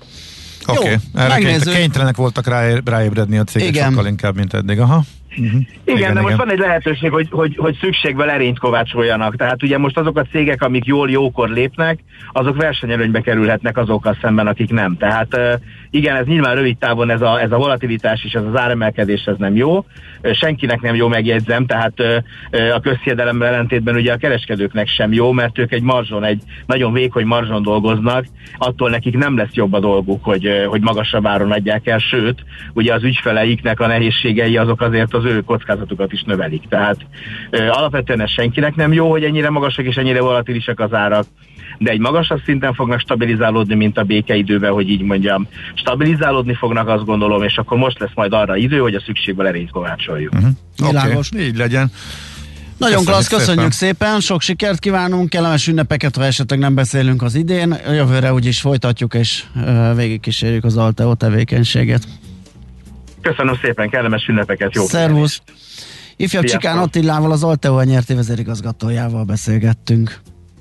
Oké, okay. Erre kénytelenek voltak rá, ráébredni a cégek Igen. sokkal inkább, mint eddig. Aha. Uh-huh. Igen, igen, de most igen. van egy lehetőség, hogy, hogy, hogy szükségből erényt kovácsoljanak. Tehát ugye most azok a cégek, amik jól, jókor lépnek, azok versenyelőnybe kerülhetnek azokkal szemben, akik nem. Tehát igen, ez nyilván rövid távon ez a, ez a volatilitás és ez az áremelkedés, ez nem jó. Senkinek nem jó, megjegyzem, tehát a közhiedelemmel ellentétben ugye a kereskedőknek sem jó, mert ők egy marzson, egy nagyon vékony marzson dolgoznak, attól nekik nem lesz jobb a dolguk, hogy, hogy magasabb áron adják el, sőt, ugye az ügyfeleiknek a nehézségei azok azért az ő kockázatukat is növelik. Tehát ö, alapvetően ez senkinek nem jó, hogy ennyire magasak és ennyire volatilisak az árak, de egy magasabb szinten fognak stabilizálódni, mint a békeidőben, hogy így mondjam. Stabilizálódni fognak, azt gondolom, és akkor most lesz majd arra idő, hogy a szükségből erényt kovácsoljuk. Uh-huh. Oké, okay, így legyen. Nagyon köszönjük klassz, köszönjük szépen. szépen, sok sikert kívánunk, kellemes ünnepeket, ha esetleg nem beszélünk az idén. Jövőre úgyis folytatjuk, és uh, végigkísérjük az Alteo tevékenységet. Köszönöm szépen, kellemes ünnepeket, jó. Szervusz! Ifjabb Csikán Attilával, az Alteo nyerti vezérigazgatójával beszélgettünk.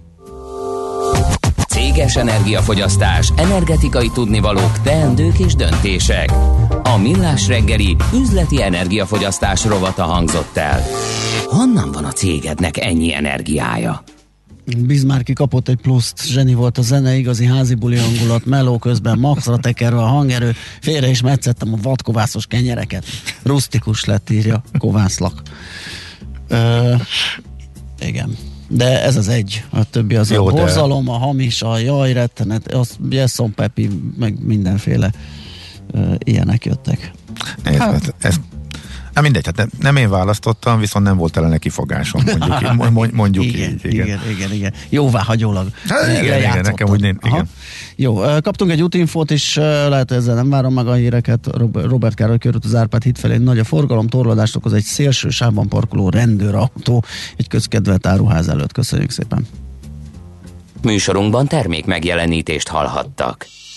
Céges energiafogyasztás, energetikai tudnivalók, teendők és döntések. A Millás reggeli üzleti energiafogyasztás rovata hangzott el. Honnan van a cégednek ennyi energiája? Bismarcki kapott egy pluszt, zseni volt a zene, igazi házi buli hangulat, meló közben maxra tekerve a hangerő, félre is metszettem a vadkovászos kenyereket. Rustikus lett, írja Kovászlak. Ö, igen. De ez az egy, a többi az Jó, a borzalom, de... a hamis, a jaj, rettenet, az Jesson Pepi, meg mindenféle ö, ilyenek jöttek. Nézd, hát. ez, Hát mindegy, hát nem, nem én választottam, viszont nem volt ellene kifogásom, mondjuk, így, mondjuk igen, így. Igen. igen, igen, igen. Jóváhagyólag. Hát, igen, igen, nekem úgy nem, igen. Jó, kaptunk egy útinfót is, lehet, hogy ezzel nem várom meg a híreket. Robert Károly körút az Árpád híd felé nagy a forgalom, torlódást okoz egy szélső sávban parkoló rendőrautó egy közkedvelt áruház előtt. Köszönjük szépen. Műsorunkban termék megjelenítést hallhattak.